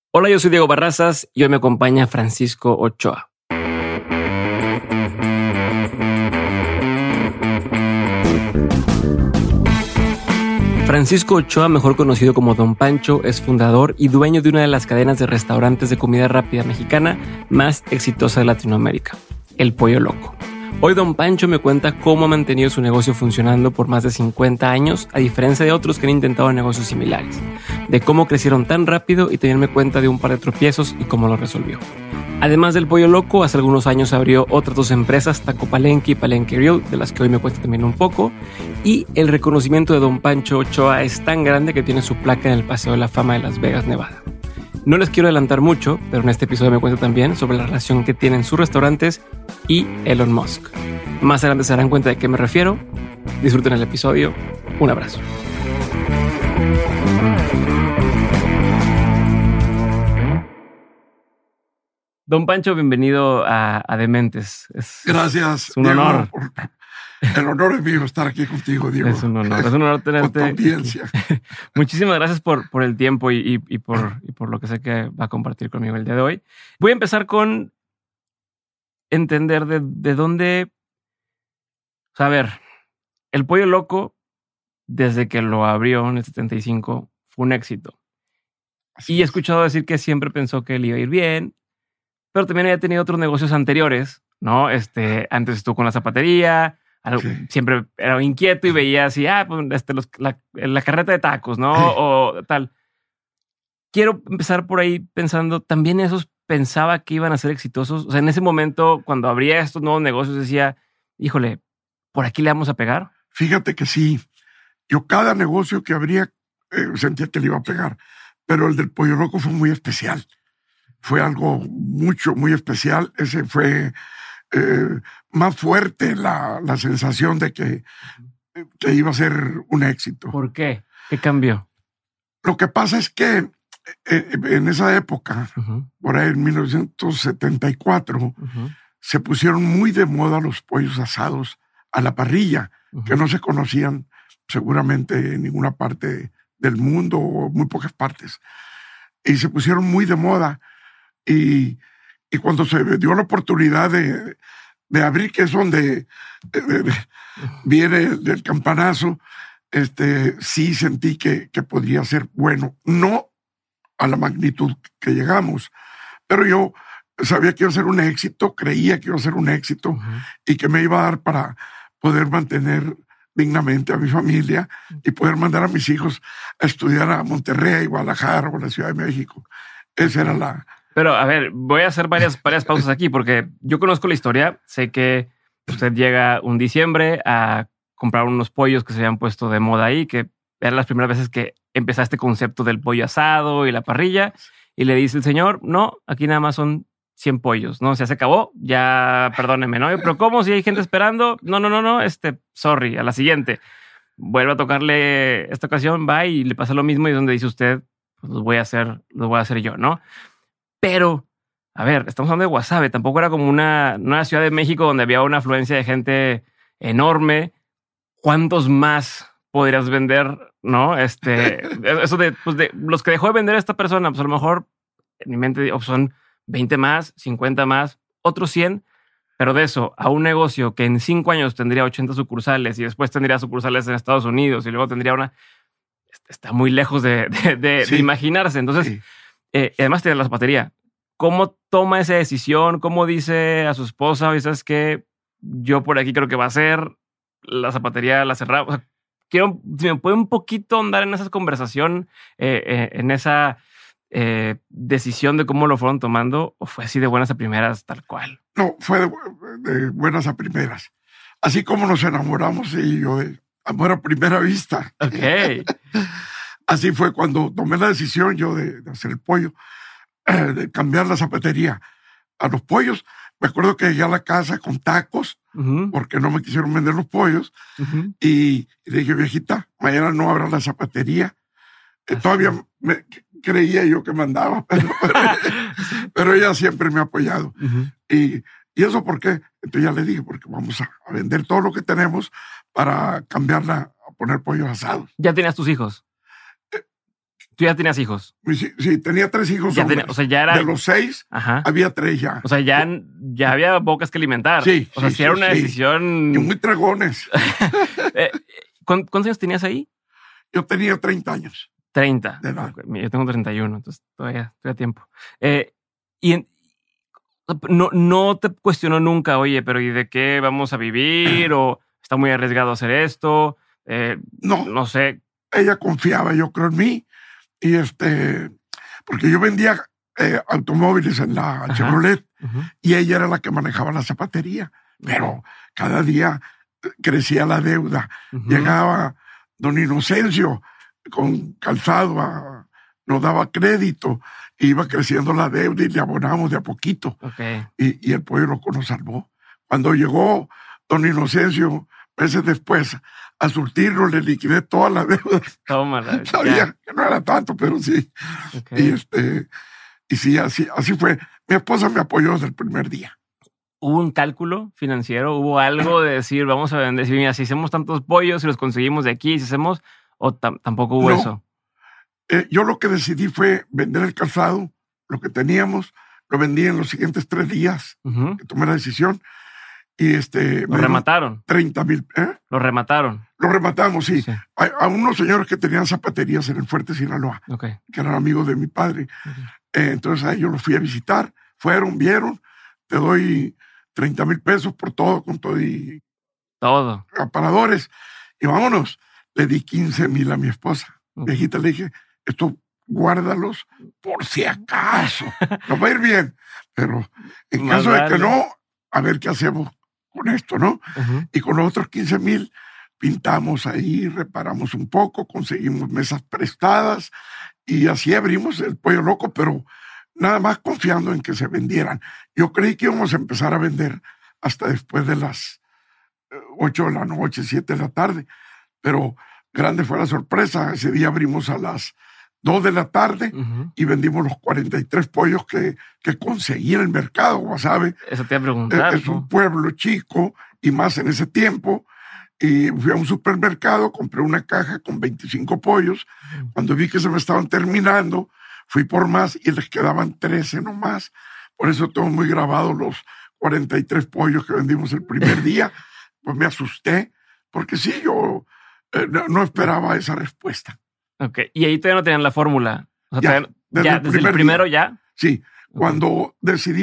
Hola, yo soy Diego Barrazas y hoy me acompaña Francisco Ochoa. Francisco Ochoa, mejor conocido como Don Pancho, es fundador y dueño de una de las cadenas de restaurantes de comida rápida mexicana más exitosa de Latinoamérica, El Pollo Loco. Hoy Don Pancho me cuenta cómo ha mantenido su negocio funcionando por más de 50 años, a diferencia de otros que han intentado negocios similares, de cómo crecieron tan rápido y también me cuenta de un par de tropiezos y cómo lo resolvió. Además del Pollo Loco, hace algunos años abrió otras dos empresas, Taco Palenque y Palenque Grill, de las que hoy me cuenta también un poco, y el reconocimiento de Don Pancho Ochoa es tan grande que tiene su placa en el Paseo de la Fama de Las Vegas, Nevada. No les quiero adelantar mucho, pero en este episodio me cuenta también sobre la relación que tienen sus restaurantes y Elon Musk. Más adelante se darán cuenta de qué me refiero. Disfruten el episodio. Un abrazo. Don Pancho, bienvenido a Dementes. Gracias. Es un honor. El honor es mío estar aquí contigo, Diego. Es un honor tenerte. Con tu audiencia. Muchísimas gracias por el tiempo y por lo que sé que va a compartir conmigo el día de hoy. Voy a empezar con entender de dónde... O sea, a ver, El Pollo Loco, desde que lo abrió en el 75, fue un éxito. Y he escuchado decir que siempre pensó que le iba a ir bien, pero también había tenido otros negocios anteriores, ¿no? Antes estuvo con la zapatería, siempre era inquieto y veía así, pues la carreta de tacos, ¿no? O tal. Quiero empezar por ahí pensando, ¿también esos pensaba que iban a ser exitosos? O sea, en ese momento, cuando abría estos nuevos negocios, decía, híjole, ¿por aquí le vamos a pegar? Fíjate que sí. Yo cada negocio que abría sentía que le iba a pegar, pero el del Pollo Loco fue muy especial. Fue algo muy especial. Ese fue más fuerte la sensación de que iba a ser un éxito. ¿Por qué? ¿Qué cambió? Lo que pasa es que en esa época, por ahí en 1974, se pusieron muy de moda los pollos asados a la parrilla, que no se conocían seguramente en ninguna parte del mundo o muy pocas partes. Y se pusieron muy de moda. Y cuando se dio la oportunidad de abrir, que es donde viene del campanazo, sí sentí que podría ser bueno. No a la magnitud que llegamos, pero yo sabía que iba a ser un éxito, creía que iba a ser un éxito y que me iba a dar para poder mantener dignamente a mi familia y poder mandar a mis hijos a estudiar a Monterrey, Guadalajara o la Ciudad de México. Esa era la... Pero, a ver, voy a hacer varias pausas aquí porque yo conozco la historia. Sé que usted llega un diciembre a comprar unos pollos que se habían puesto de moda ahí, que eran las primeras veces que empezó este concepto del pollo asado y la parrilla, y le dice el señor, no, aquí nada más son 100 pollos, ¿no? O sea, se acabó, ya perdónenme, ¿no? Pero ¿cómo? Si hay gente esperando, no, sorry, a la siguiente. Vuelve a tocarle esta ocasión, va y le pasa lo mismo y es donde dice usted, pues los voy a hacer yo, ¿no? Pero, a ver, estamos hablando de Guasave, tampoco era como una Ciudad de México donde había una afluencia de gente enorme. ¿Cuántos más podrías vender, no? Eso de los que dejó de vender esta persona, pues a lo mejor en mi mente son 20 más, 50 más, otros 100, pero de eso a un negocio que en 5 años tendría 80 sucursales y después tendría sucursales en Estados Unidos y luego tendría una... Está muy lejos de imaginarse. Entonces, además tiene la zapatería. ¿Cómo toma esa decisión? ¿Cómo dice a su esposa, oye, sabes qué? Yo por aquí creo que va a ser la zapatería, la cerramos? O sea, quiero, si me puede un poquito andar en esa conversación, en esa decisión de cómo lo fueron tomando, o fue así de buenas a primeras, tal cual. No, fue de buenas a primeras. Así como nos enamoramos y yo de amor a primera vista. Ok. Así fue cuando tomé la decisión yo de hacer el pollo, de cambiar la zapatería a los pollos. Me acuerdo que llegué a la casa con tacos, porque no me quisieron vender los pollos, y le dije, viejita, mañana no habrá la zapatería. Todavía creía yo que mandaba, pero ella siempre me ha apoyado. ¿Y eso por qué? Entonces ya le dije, porque vamos a vender todo lo que tenemos para cambiarla, a poner pollos asados. ¿Ya tenías tus hijos? ¿Tú ya tenías hijos? Sí, tenía 3 hijos hombres. O sea, ya era... De los 6, había 3 ya. O sea, ya había bocas que alimentar. Sí. O sea, sí era una decisión... Y muy dragones. ¿Cuántos años tenías ahí? Yo tenía 30 años. 30. De edad. Yo tengo 31, entonces todavía tiempo. No te cuestionó nunca, oye, pero ¿y de qué vamos a vivir? ¿O está muy arriesgado hacer esto? No sé. Ella confiaba, yo creo, en mí. Y porque yo vendía automóviles en la Chevrolet y ella era la que manejaba la zapatería. Pero cada día crecía la deuda. Llegaba don Inocencio con calzado, nos daba crédito, iba creciendo la deuda y le abonamos de a poquito. Y el pollo loco nos salvó. Cuando llegó don Inocencio, meses después, a surtirlo, le liquidé toda la deuda. Tómala. Sabía que no era tanto, pero sí. Y sí, así fue. Mi esposa me apoyó desde el primer día. ¿Hubo un cálculo financiero? ¿Hubo algo de decir, vamos a vender, si hacemos tantos pollos y los conseguimos de aquí, si hacemos, o tampoco hubo eso? Yo lo que decidí fue vender el calzado, lo que teníamos, lo vendí en los siguientes 3 días que tomé la decisión. Y ¿Lo remataron? 30,000. ¿Lo remataron? Lo rematamos, sí. A unos señores que tenían zapaterías en el Fuerte Sinaloa, que eran amigos de mi padre. Entonces a ellos los fui a visitar, fueron, vieron, te doy 30,000 pesos por todo, con todo y aparadores. Y vámonos. Le di 15,000 a mi esposa. Viejita, le dije, esto guárdalos por si acaso. Nos va a ir bien. Pero en caso de que no, a ver qué hacemos con esto, ¿no? Y con los otros 15,000 pintamos ahí, reparamos un poco, conseguimos mesas prestadas y así abrimos el Pollo Loco, pero nada más confiando en que se vendieran. Yo creí que íbamos a empezar a vender hasta después de las 8 de la noche, 7 de la tarde, pero grande fue la sorpresa. Ese día abrimos a las 2 de la tarde y vendimos los 43 pollos que conseguí en el mercado, Guasave. Eso te iba a preguntar. Es un pueblo chico y más en ese tiempo. Y fui a un supermercado, compré una caja con 25 pollos. Cuando vi que se me estaban terminando, fui por más y les quedaban 13 nomás. Por eso tengo muy grabados los 43 pollos que vendimos el primer día. Pues me asusté, porque sí, yo no esperaba esa respuesta. Y ahí todavía no tenían la fórmula. O sea, desde el primero día. Ya. Sí, cuando decidí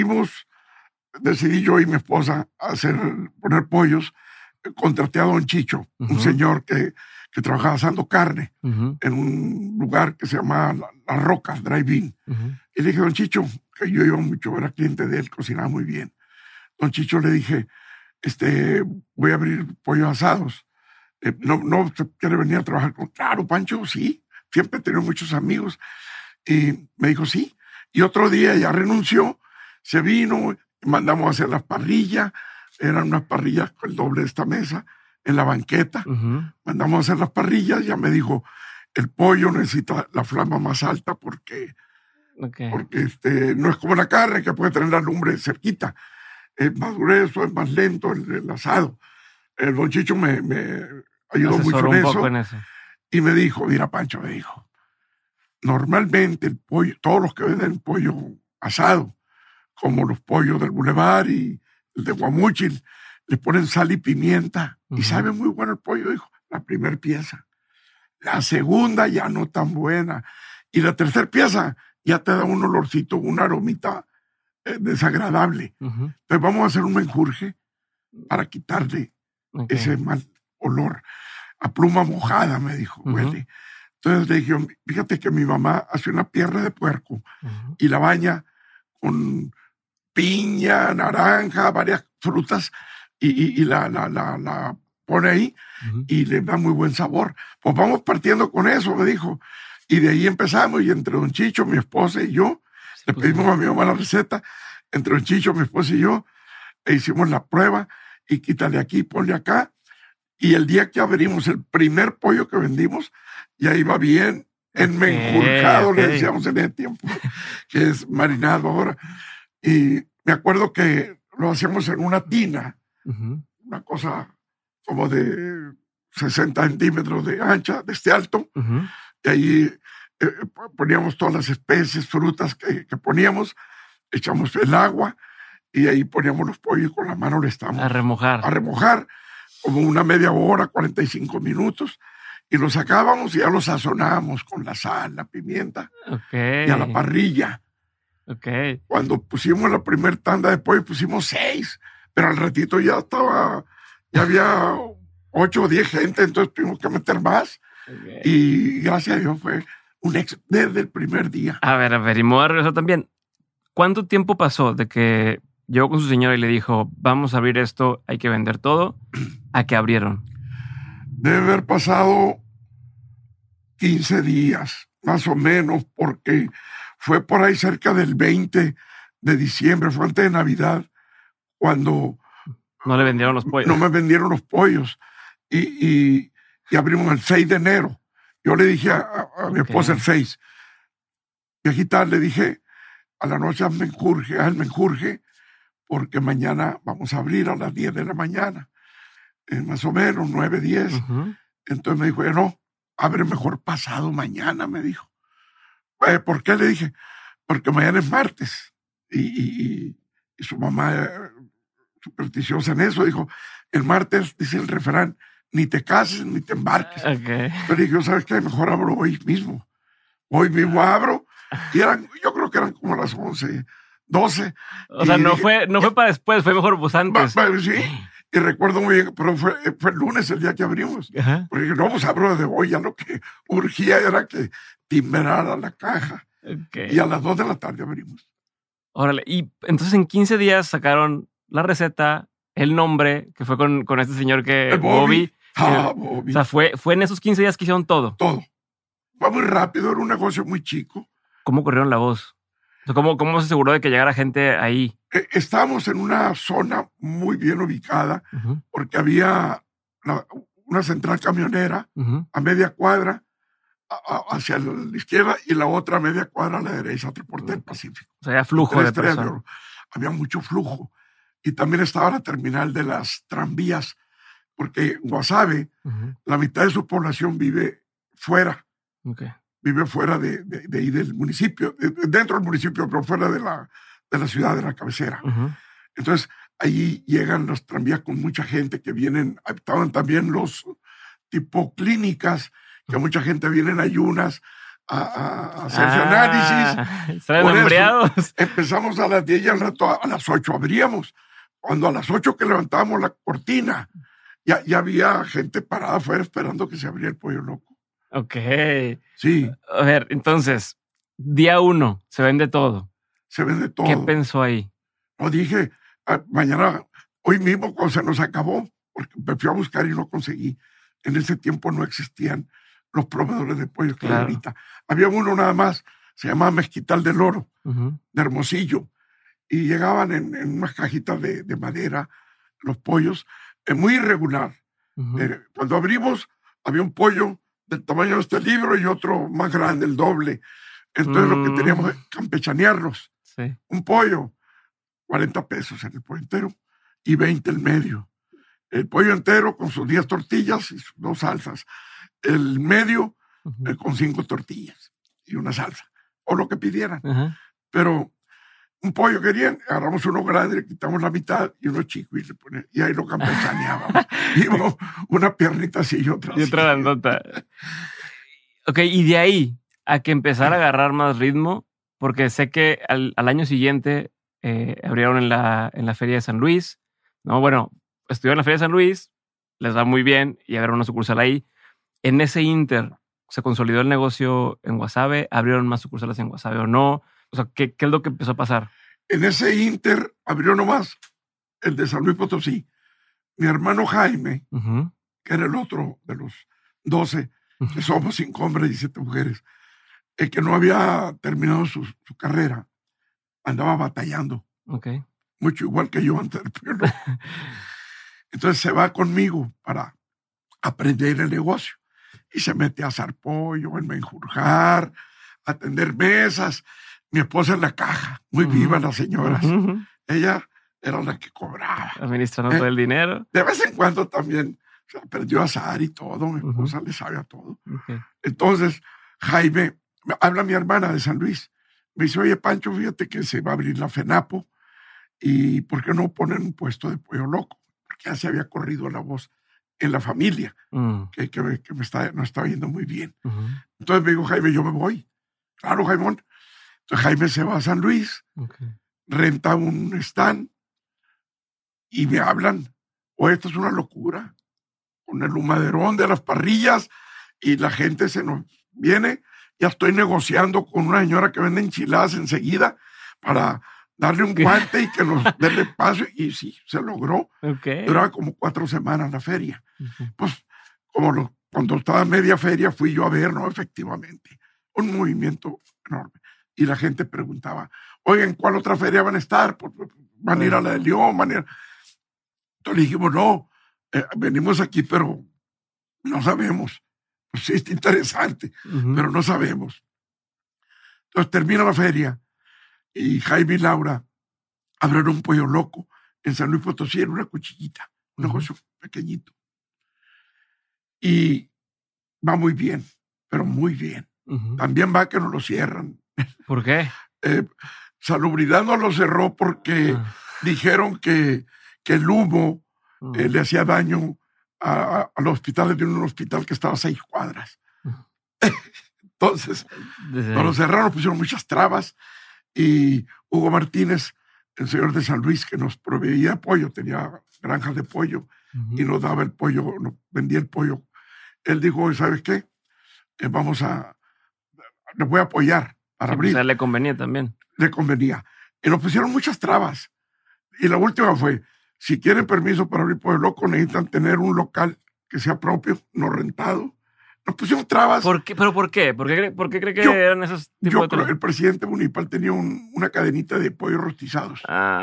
yo y mi esposa poner pollos, contraté a don Chicho, un señor que trabajaba asando carne en un lugar que se llamaba Las Rocas, Drive-In. Y le dije, don Chicho, que yo iba mucho, era cliente de él, cocinaba muy bien. Don Chicho le dije, voy a abrir pollos asados. ¿No quiere venir a trabajar con? Claro, Pancho, sí. Siempre he tenido muchos amigos. Y me dijo, sí. Y otro día ya renunció, se vino, mandamos a hacer las parrillas. Eran unas parrillas con el doble de esta mesa, en la banqueta. Mandamos a hacer las parrillas. Ya me dijo, el pollo necesita la flama más alta porque no es como la carne, que puede tener la lumbre cerquita. Es más grueso, es más lento el asado. El don Chicho me ayudó mucho en eso. Y me dijo, mira, Pancho, me dijo, normalmente el pollo, todos los que venden pollo asado, como los pollos del Boulevard y el de Guamúchil, le ponen sal y pimienta y sabe muy bueno el pollo, dijo, la primera pieza. La segunda ya no tan buena. Y la tercera pieza ya te da un olorcito, una aromita desagradable. Entonces vamos a hacer un menjurje para quitarle ese mal olor. A pluma mojada, me dijo, huele. Entonces le dije, fíjate que mi mamá hace una pierna de puerco y la baña con piña, naranja, varias frutas y la pone ahí y le da muy buen sabor. Pues vamos partiendo con eso, me dijo. Y de ahí empezamos y entre don Chicho, mi esposa y yo, le pedimos a mi mamá la receta, entre don Chicho, mi esposa y yo, e hicimos la prueba y quítale aquí, ponle acá. Y el día que abrimos el primer pollo que vendimos, ya iba bien enmenjurjado, le decíamos en ese tiempo, que es marinado ahora. Y me acuerdo que lo hacíamos en una tina, una cosa como de 60 centímetros de ancha, de alto, y ahí poníamos todas las especies, frutas que poníamos, echamos el agua y ahí poníamos los pollos y con la mano le estábamos a remojar como una media hora, 45 minutos, y los sacábamos y ya los sazonábamos con la sal, la pimienta y a la parrilla. Cuando pusimos la primera tanda de pollo, pusimos 6, pero al ratito ya había 8 o 10 gente, entonces tuvimos que meter más. Y gracias a Dios fue un éxito desde el primer día. A ver, y me voy a regresar también. ¿Cuánto tiempo pasó de que llegó con su señora y le dijo, vamos a abrir esto, hay que vender todo, a que abrieron? Debe haber pasado 15 días, más o menos, porque fue por ahí cerca del 20 de diciembre, fue antes de Navidad, cuando... No le vendieron los pollos. No me vendieron los pollos. Y abrimos el 6 de enero. Yo le dije a mi esposa el 6, viejita, le dije, a la noche hazme enjurje, porque mañana vamos a abrir a las 10 de la mañana, más o menos, 9, 10. Entonces me dijo, no, abre mejor pasado mañana, me dijo. ¿Por qué? Le dije, porque mañana es martes. Y su mamá, supersticiosa en eso, dijo, el martes, dice el refrán, ni te cases ni te embarques. Pero dije, ¿sabes qué? Mejor abro hoy mismo. Hoy mismo abro. Y yo creo que eran como las 11, 12. O sea, no fue para después, fue mejor pues antes. Sí, y recuerdo muy bien, pero fue el lunes el día que abrimos. Porque dije, no, pues abro de hoy, ya lo que urgía era que timbrara la caja. Y a las 2 de la tarde abrimos. Órale, y entonces en 15 días sacaron la receta, el nombre, que fue con este señor que... Bobby. Bobby. O sea, fue en esos 15 días que hicieron todo. Todo. Fue muy rápido, era un negocio muy chico. ¿Cómo corrieron la voz? O sea, ¿cómo se aseguró de que llegara gente ahí? Estábamos en una zona muy bien ubicada, porque había una central camionera a media cuadra hacia la izquierda y la otra media cuadra a la derecha, Transporte del Pacífico. O sea, había flujo de personas. Había mucho flujo. Y también estaba la terminal de las tranvías, porque en Guasave, la mitad de su población vive fuera. Vive fuera de ahí del municipio, dentro del municipio, pero fuera de la ciudad, de la cabecera. Entonces, ahí llegan las tranvías con mucha gente que vienen, estaban también los tipo clínicas, que mucha gente viene en ayunas a hacerse análisis. ¿Están empleados? Empezamos a las 10 y al rato a las 8 abríamos. Cuando a las 8 que levantábamos la cortina, ya había gente parada afuera esperando que se abriera el Pollo Loco. Sí. A ver, entonces, día 1, se vende todo. Se vende todo. ¿Qué pensó ahí? No, dije, mañana, hoy mismo cuando se nos acabó, porque me fui a buscar y no conseguí. En ese tiempo no existían los proveedores de pollo que ahorita. Había uno nada más, se llamaba Mezquital del Oro, de Hermosillo, y llegaban en unas cajitas de madera los pollos, muy irregular. Cuando abrimos, había un pollo del tamaño de este libro y otro más grande, el doble. Entonces lo que teníamos es campechanearlos. Un pollo, 40 pesos en el pollo entero y 20 el medio. El pollo entero con sus 10 tortillas y sus 2 salsas. El medio con 5 tortillas y una salsa. O lo que pidieran. Pero un pollo querían, agarramos uno grande, le quitamos la mitad y uno chico y ahí lo campechaneábamos. Y una piernita así y otra así. Y otra grandota. Ok, y de ahí a que empezar a agarrar más ritmo, porque sé que al año siguiente abrieron en la Feria de San Luis. No, bueno, estuvieron en la Feria de San Luis, les va muy bien y abrieron una sucursal ahí. En ese inter, ¿se consolidó el negocio en Guasave? ¿Abrieron más sucursales en Guasave o no? O sea, ¿qué es lo que empezó a pasar? En ese inter abrió nomás el de San Luis Potosí. Mi hermano Jaime, que era el otro de los 12, que somos 5 hombres y 7 mujeres, el que no había terminado su carrera, andaba batallando. Mucho igual que yo antes del pueblo. Entonces se va conmigo para aprender el negocio. Y se mete a asar pollo, en menjurjar, a atender mesas. Mi esposa en la caja, muy viva las señoras. Ella era la que cobraba. Administrando todo el dinero. De vez en cuando también aprendió a asar y todo. Mi esposa le sabe a todo. Entonces, Jaime habla mi hermana de San Luis. Me dice, oye, Pancho, fíjate que se va a abrir la FENAPO y ¿por qué no ponen un puesto de pollo loco? Porque ya se había corrido la voz en la familia, que me estaba yendo muy bien. Entonces me dijo, Jaime, yo me voy. Claro, Jaimón. Entonces Jaime se va a San Luis, renta un stand y me hablan, oye, esto es una locura, con el humaderón de las parrillas y la gente se nos viene. Ya estoy negociando con una señora que vende enchiladas enseguida para darle un guante y que nos dé paso. Y sí, se logró. Duraba como 4 semanas la feria. Pues cuando estaba media feria fui yo a ver, ¿no? Efectivamente, un movimiento enorme. Y la gente preguntaba, oye, ¿en cuál otra feria van a estar? ¿Van a ir a la de León? Entonces le dijimos, no, venimos aquí, pero no sabemos. Pues sí, está interesante, pero no sabemos. Entonces termina la feria y Jaime y Laura abren un pollo loco en San Luis Potosí, en una cuchillita, un negocio pequeñito. Y va muy bien, pero muy bien. También va que no lo cierran. ¿Por qué? Salubridad no lo cerró porque dijeron que el humo le hacía daño a los hospitales, de un hospital que estaba a 6 cuadras. Entonces, no lo cerraron, pusieron muchas trabas y Hugo Martínez, el señor de San Luis, que nos proveía pollo, tenía granjas de pollo y nos daba el pollo, nos vendía el pollo. Él dijo, ¿sabes qué? Les voy a apoyar para abrir. O sea, le convenía también. Le convenía. Y nos pusieron muchas trabas. Y la última fue, si quieren permiso para abrir Pollo Loco, necesitan tener un local que sea propio, no rentado. Nos pusieron trabas. ¿Pero por qué? ¿Por qué cree que eran esos tipos de trabas? El presidente municipal tenía una cadenita de pollos rostizados.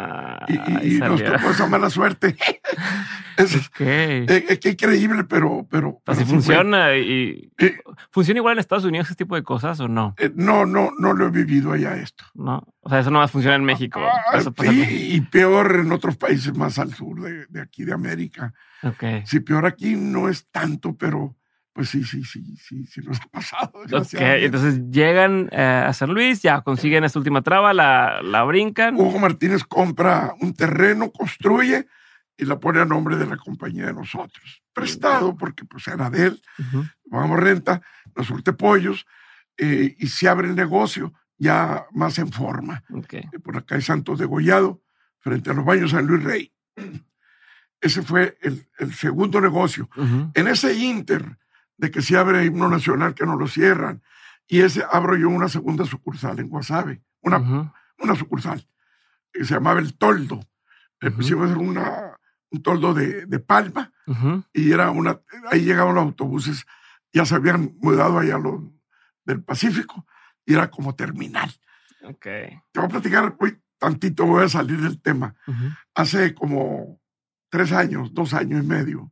Y nos tocó esa mala suerte. Es increíble, pero así funciona. ¿Funciona igual en Estados Unidos ese tipo de cosas o no? No lo he vivido allá esto. No, o sea, eso no más funciona en México. Sí, y peor en otros países más al sur de aquí de América. Sí, peor aquí no es tanto, pero pues sí nos ha pasado. Entonces llegan a San Luis, ya consiguen esta última traba, la brincan. Hugo Martínez compra un terreno, construye y la pone a nombre de la compañía de nosotros. Prestado, porque pues era de él. Pagamos renta, nos surte pollos y se abre el negocio ya más en forma. Por acá hay Santos de Gollado, frente a los baños San Luis Rey. Ese fue el segundo negocio. En ese inter de que se abre Himno Nacional, que no lo cierran, y ese abro yo una segunda sucursal en Guasave, una sucursal que se llamaba El Toldo. Pusimos un toldo de palma y ahí llegaban los autobuses, ya se habían mudado allá del Pacífico y era como terminal. Te voy a platicar tantito, voy a salir del tema. Hace como 2 años y medio,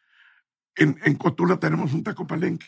en Cotula tenemos un taco palenque.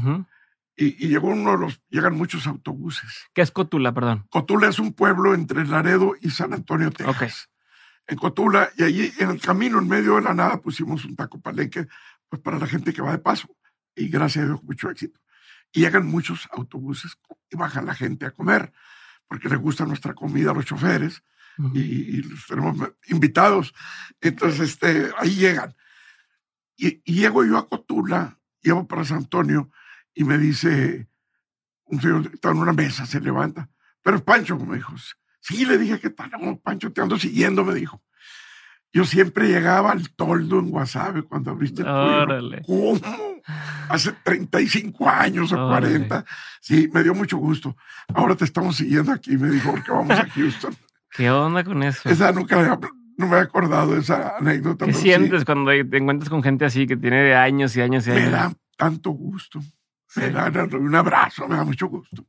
Y llegan muchos autobuses. ¿Qué es Cotula, perdón? Cotula es un pueblo entre Laredo y San Antonio, Texas. En Cotula, y allí en el camino, en medio de la nada, pusimos un taco palenque pues, para la gente que va de paso. Y gracias a Dios, mucho éxito. Y llegan muchos autobuses y bajan la gente a comer, porque les gusta nuestra comida a los choferes y los tenemos invitados. Entonces, ahí llegan. Y llego yo a Cotula, llego para San Antonio y me dice un señor que está en una mesa, se levanta. Pero Pancho, me dijo, sí, le dije, ¿qué tal? No, Pancho, te ando siguiendo, me dijo. Yo siempre llegaba al Toldo en Guasave cuando abriste el pollo. ¿Cómo? Hace 35 años o 40. Sí, me dio mucho gusto. Ahora te estamos siguiendo aquí, me dijo, porque vamos a Houston. ¿Qué onda con eso? Esa no me he acordado de esa anécdota. ¿Qué sientes cuando te encuentras con gente así que tiene de años y años y años? Me da tanto gusto. Me da un abrazo, me da mucho gusto.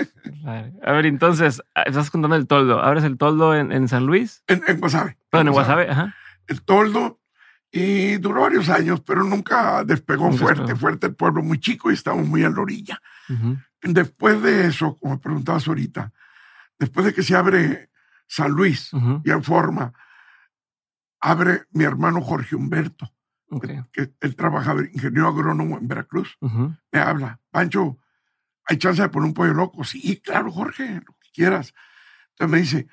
A ver, entonces, estás contando el toldo. ¿Abres el toldo en San Luis? En Guasave. Bueno, en Guasave, ajá. El toldo, y duró varios años, pero nunca despegó fuerte el pueblo, muy chico y estábamos muy a la orilla. Después de eso, como me preguntabas ahorita, después de que se abre San Luis, ya en forma, abre mi hermano Jorge Humberto, que él trabajaba ingeniero agrónomo en Veracruz. Me habla, Pancho, ¿hay chance de poner un pollo loco? Sí, claro, Jorge, lo que quieras. Entonces me dice,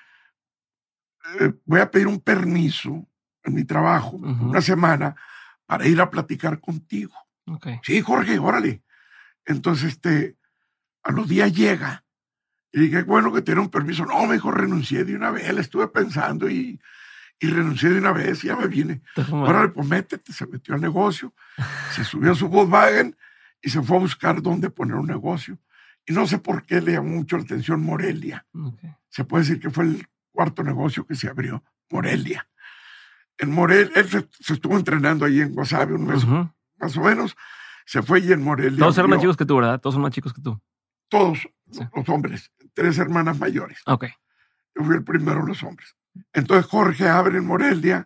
voy a pedir un permiso en mi trabajo, una semana, para ir a platicar contigo. Okay. Sí, Jorge, órale. Entonces, a los días llega. Y dije, bueno, que tiene un permiso. No, me dijo, renuncié de una vez. Le estuve pensando y renuncié de una vez. Y ya me vine. Órale, pues métete. Se metió al negocio. Se subió a su Volkswagen y se fue a buscar dónde poner un negocio. Y no sé por qué le llamó mucho la atención Morelia. Okay. Se puede decir que fue el cuarto negocio que se abrió, Morelia. En Morelia, él se estuvo entrenando ahí en Guasave un mes, más o menos. Se fue y en Morelia. Todos eran más chicos que tú, ¿verdad? Todos son más chicos que tú. Todos los hombres, 3 hermanas mayores. Ok. Yo fui el primero de los hombres. Entonces Jorge abre en Morelia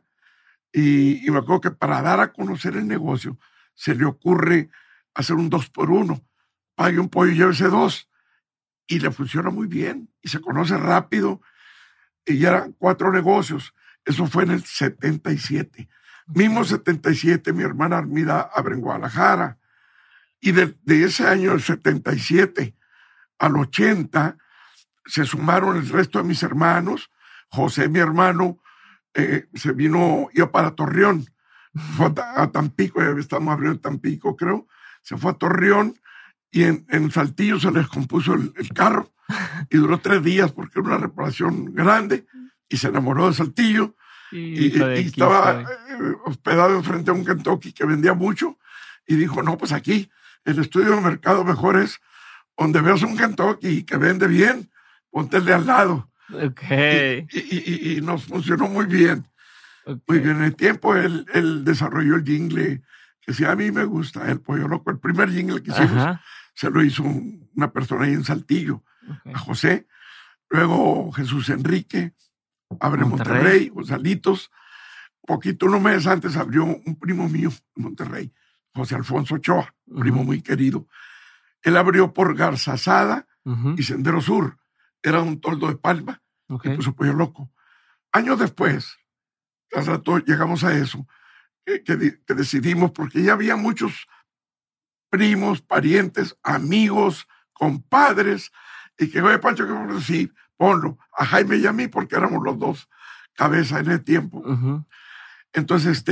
y me acuerdo que para dar a conocer el negocio se le ocurre hacer un 2x1. Pague un pollo y llévese 2. Y le funciona muy bien y se conoce rápido. Y ya eran 4 negocios. Eso fue en el 77. Mismo 77, mi hermana Armida abre en Guadalajara. Y de ese año, el 77 al 80, se sumaron el resto de mis hermanos. José, mi hermano, se vino, iba para Torreón. Fue a Tampico, ya estamos abriendo Tampico, creo. Se fue a Torreón y en Saltillo se les descompuso el carro. Y duró 3 días porque era una reparación grande. Y se enamoró de Saltillo. Y estaba hospedado enfrente a un Kentucky que vendía mucho. Y dijo, no, pues aquí el estudio de mercado mejor es donde veas un Kentucky que vende bien, póntele al lado. Okay. Y nos funcionó muy bien. Okay. Muy bien. En el tiempo él desarrolló el jingle que sí, a mí me gusta, el pollo loco. El primer jingle que hicimos se lo hizo una persona ahí en Saltillo, a José. Luego Jesús Enrique abre Monterrey, Gonzalitos. Unos meses antes abrió un primo mío en Monterrey, José Alfonso Ochoa, primo muy querido. Él abrió por Garzazada y Sendero Sur. Era un toldo de palma y puso pollo loco. Años después, al rato llegamos a eso, que decidimos, porque ya había muchos primos, parientes, amigos, compadres, y que, oye, Pancho, que sí, ponlo a Jaime y a mí, porque éramos los dos cabeza en el tiempo. Entonces,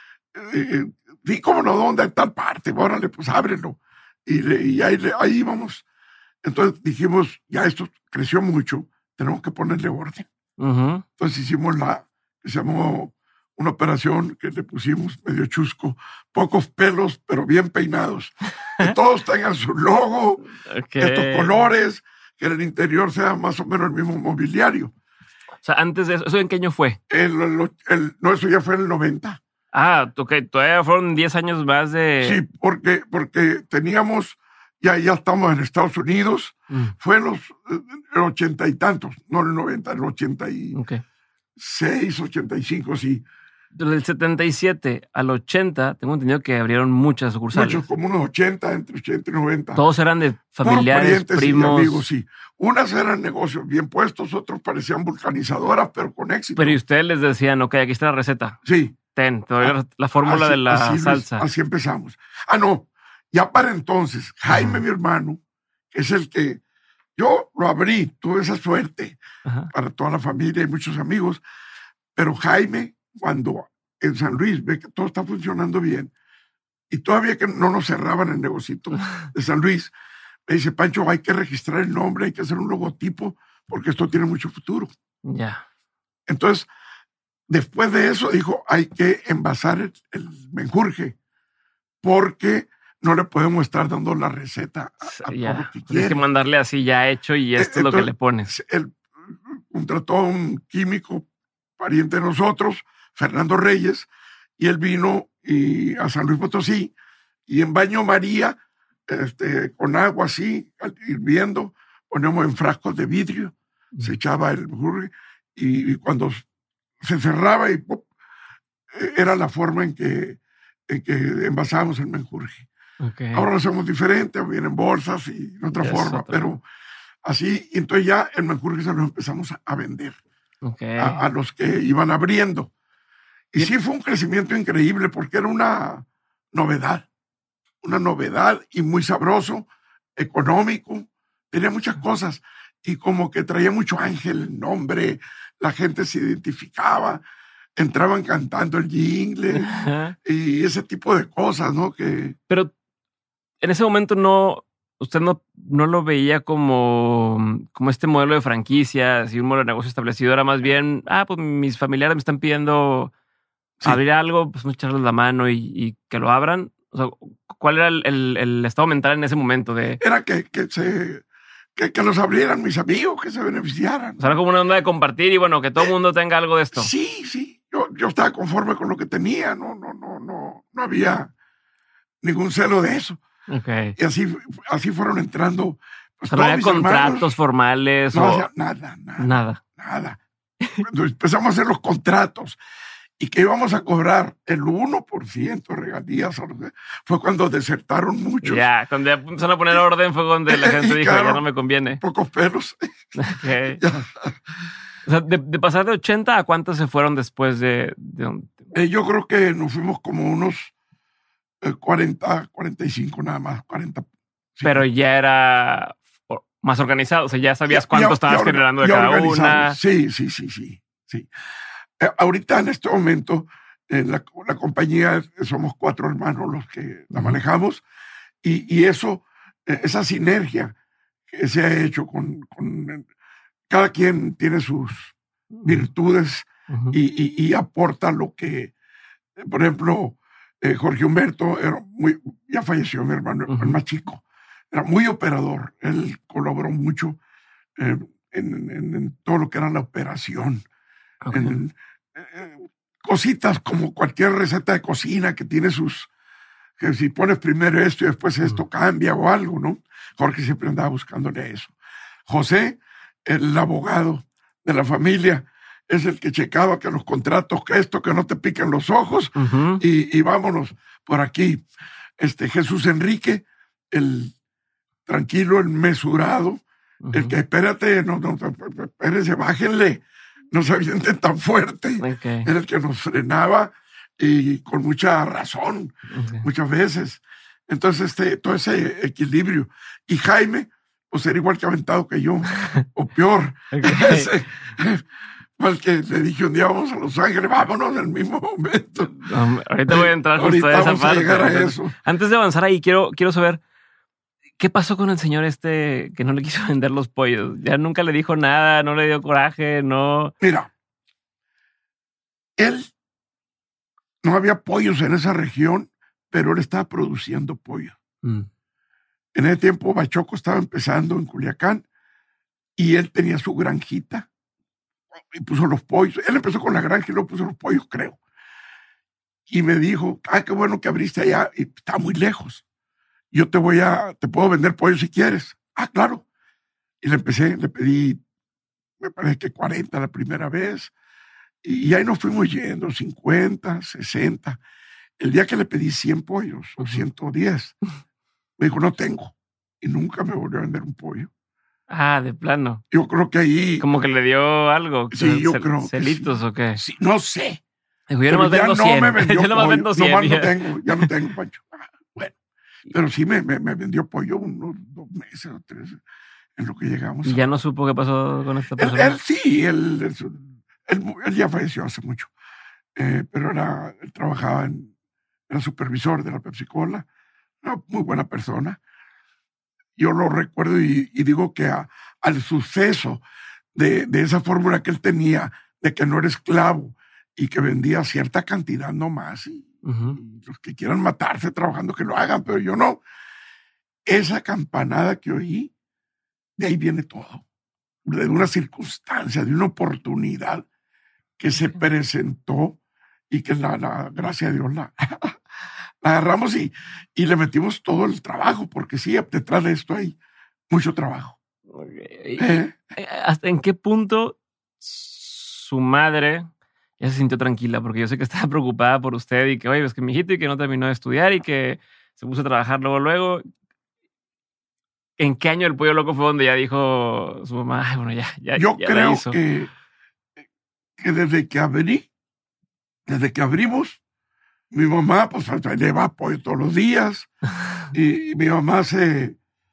di cómo no, ¿dónde? En tal parte, órale, pues ábrelo. Y ahí vamos. Entonces dijimos, ya esto creció mucho, tenemos que ponerle orden. Entonces hicimos que se llamó una operación que le pusimos medio chusco, pocos pelos, pero bien peinados. Que todos tengan su logo, estos colores, que en el interior sea más o menos el mismo mobiliario. O sea, antes de eso, ¿eso en qué año fue? No, eso ya fue en el 90. Ah, ok, todavía fueron 10 años más de... Sí, porque teníamos, ya estamos en Estados Unidos, fue en los 80 y tantos, no en el 90, en el 86, 85, sí. Del 77 al 80, tengo entendido que abrieron muchas sucursales. Muchos, como unos 80, entre 80 y 90. Todos eran de familiares, primos. Y amigos, sí. Unas eran negocios bien puestos, otros parecían vulcanizadoras, pero con éxito. Pero y ustedes les decían, ok, aquí está la receta. Sí. Te doy la fórmula de la salsa. Así empezamos. No, ya para entonces, Jaime, mi hermano, que es el que yo lo abrí, tuve esa suerte para toda la familia y muchos amigos, pero Jaime, cuando en San Luis ve que todo está funcionando bien y todavía que no nos cerraban el negocito de San Luis, me dice, Pancho, hay que registrar el nombre, hay que hacer un logotipo porque esto tiene mucho futuro. Ya. Entonces, después de eso dijo, hay que envasar el menjurje porque no le podemos estar dando la receta a todo lo que quiere. Tienes que mandarle así ya hecho y esto es lo que le pones. Él contrató a un químico pariente de nosotros, Fernando Reyes, y él vino a San Luis Potosí y en baño María, con agua así, hirviendo, ponemos en frascos de vidrio, se echaba el menjurje y cuando se cerraba y ¡pop! Era la forma en que envasábamos el menjurje. Ahora lo hacemos diferente, vienen bolsas y en otra forma, pero así, y entonces ya el menjurje se lo empezamos a vender a los que iban abriendo. Y sí fue un crecimiento increíble porque era una novedad y muy sabroso. económico, tenía muchas cosas y como que traía mucho ángel el nombre, la gente se identificaba, entraban cantando el jingle y ese tipo de cosas, ¿no? Pero en ese momento usted no lo veía como este modelo de franquicias y un modelo de negocio establecido. Era más bien, pues mis familiares me están pidiendo abrir algo, pues no echarles la mano y que lo abran. O sea, ¿cuál era el estado mental en ese momento? Era que los abrieran mis amigos, que se beneficiaran. O sea, era como una onda de compartir y bueno, que todo el mundo tenga algo de esto. Sí. Yo estaba conforme con lo que tenía, no había ningún celo de eso. Okay. Y así fueron entrando. Pues, no había contratos hermanos, formales. No, nada. Cuando empezamos a hacer los contratos y que íbamos a cobrar el 1% regalías, fue cuando desertaron muchos. Ya, cuando ya empezaron a poner orden fue cuando la gente dijo, claro, ya no me conviene. Pocos pelos. Okay. O sea, de pasar de 80 a cuántos se fueron después de yo creo que nos fuimos como unos 40, 45 nada más, 40. Sí. Pero ya era más organizado, o sea, ya sabías cuánto estabas generando de cada una. Sí. Ahorita en este momento, la compañía somos 4 hermanos los que la manejamos y eso, esa sinergia que se ha hecho con cada quien tiene sus virtudes y aporta lo que, por ejemplo, Jorge Humberto ya falleció mi hermano, el más chico, era muy operador, él colaboró mucho en todo lo que era la operación, en cositas como cualquier receta de cocina que tiene que si pones primero esto y después esto cambia o algo, ¿no? Jorge siempre andaba buscándole eso. José, el abogado de la familia, es el que checaba que los contratos, que esto, que no te piquen los ojos y vámonos por aquí. Jesús Enrique, el tranquilo, el mesurado, el que espérate, espérese, bájenle, no se avienten tan fuerte, era el que nos frenaba y con mucha razón, muchas veces. Entonces, todo ese equilibrio. Y Jaime, pues era igual que aventado que yo, o peor. Pues que le dije un día, vamos a Los Ángeles, vámonos en el mismo momento. Ahorita voy a entrar justo a esa parte. Llegar a eso. Antes de avanzar ahí, quiero saber, ¿qué pasó con el señor que no le quiso vender los pollos? Ya nunca le dijo nada, no le dio coraje, no. Mira, él no había pollos en esa región, pero él estaba produciendo pollo. En ese tiempo, Bachoco estaba empezando en Culiacán y él tenía su granjita y puso los pollos. Él empezó con la granja y luego puso los pollos, creo. Y me dijo, qué bueno que abriste allá y está muy lejos. Yo te puedo vender pollo si quieres. Claro. Y le pedí, me parece que 40 la primera vez. Y ahí nos fuimos yendo, 50, 60. El día que le pedí 100 pollos o 110, me dijo, no tengo. Y nunca me volvió a vender un pollo. De plano. Yo creo que ahí... Como que le dio algo. Sí, yo creo. ¿Celitos o qué? Sí, no sé. Dijo, yo nomás vendo 100. Me vendió yo nomás vendo 100. Ya no tengo, Pancho. Bueno, pero sí me vendió pollo unos 2 meses o 3 en lo que llegamos. ¿Y ya no supo qué pasó con esta persona? Él ya falleció hace mucho. Pero él trabajaba era supervisor de la Pepsi-Cola. Una muy buena persona. Yo lo recuerdo y digo que al suceso de esa fórmula que él tenía, de que no era esclavo y que vendía cierta cantidad nomás, y los que quieran matarse trabajando que lo hagan, pero yo no. Esa campanada que oí, de ahí viene todo. De una circunstancia, de una oportunidad que se presentó y que gracias a Dios la agarramos y le metimos todo el trabajo, porque sí, detrás de esto hay mucho trabajo. ¿Hasta en qué punto su madre ya se sintió tranquila? Porque yo sé que estaba preocupada por usted y que, oye, es que mi hijito y que no terminó de estudiar y que se puso a trabajar luego. ¿En qué año el Pollo Loco fue donde ya dijo su mamá, bueno, ya yo creo que desde que abrimos, mi mamá pues lleva pollo todos los días y mi mamá se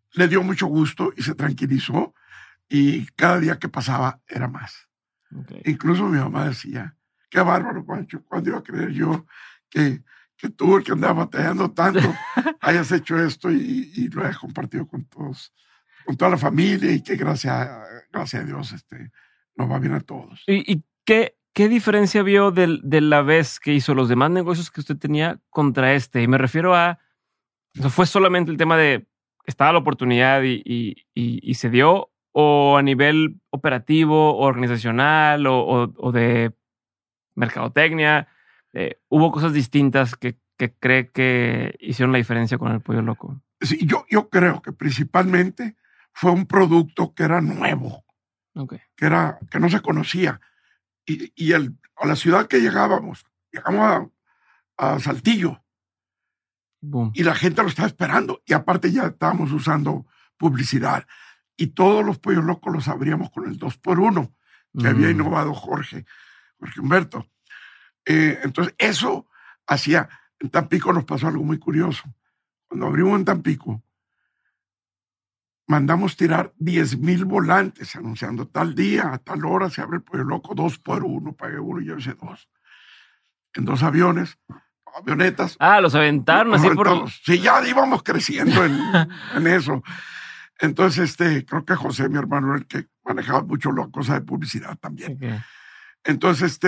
le dio mucho gusto y se tranquilizó. Y cada día que pasaba era más. Okay. Incluso mi mamá decía, qué bárbaro, Pancho, ¿cuándo iba a creer yo que tú, el que andaba batallando tanto, hayas hecho esto y lo hayas compartido con todos, con toda la familia, y que gracias a Dios nos va bien a todos. ¿Y qué diferencia vio de la vez que hizo los demás negocios que usted tenía contra este? Y me refiero a, ¿no fue solamente el tema de estaba la oportunidad y se dio, o a nivel operativo, o organizacional, o de mercadotecnia? ¿Hubo cosas distintas que cree que hicieron la diferencia con el Pollo Loco? Sí, yo creo que principalmente fue un producto que era nuevo, okay, que no se conocía. Y a la ciudad que llegamos a Saltillo. Boom. Y la gente lo estaba esperando. Y aparte ya estábamos usando publicidad. Y todos los Pollos Locos los abríamos con el 2x1 que había innovado Jorge Humberto. Entonces eso hacía. En Tampico nos pasó algo muy curioso. Cuando abrimos en Tampico, mandamos tirar 10,000 volantes anunciando tal día, a tal hora se abre el Pollo Loco, 2x1, pague uno y llévese 2. En 2 avionetas. Los aventaron así por... Sí, ya íbamos creciendo en eso. Entonces, creo que José, mi hermano, era el que manejaba mucho la cosa de publicidad también. Okay. Entonces,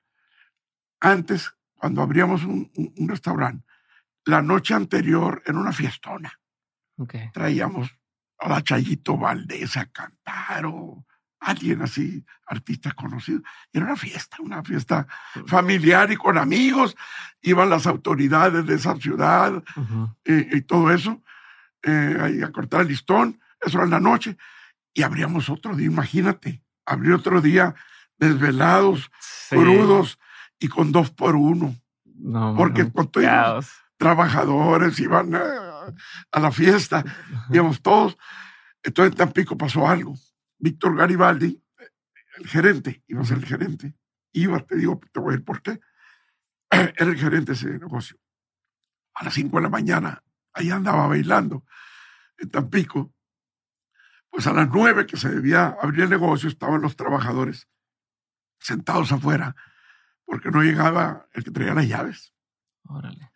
antes, cuando abríamos un restaurante, la noche anterior era una fiestona. Okay. Traíamos a la Chayito Valdés a cantar, o alguien así, artistas conocidos. Y era una fiesta familiar y con amigos. Iban las autoridades de esa ciudad y todo eso, ahí a cortar el listón. Eso era en la noche. Y abríamos otro día, imagínate, abrir otro día desvelados, crudos y con 2x1. No, porque con todos los trabajadores iban a la fiesta, íbamos todos. Entonces en Tampico pasó algo. Víctor Garibaldi, el gerente, iba a ser el gerente. Te voy a decir por qué. Era el gerente de ese negocio. A las 5 de la mañana, ahí andaba bailando en Tampico. Pues a las 9 que se debía abrir el negocio, estaban los trabajadores sentados afuera, porque no llegaba el que traía las llaves. Órale.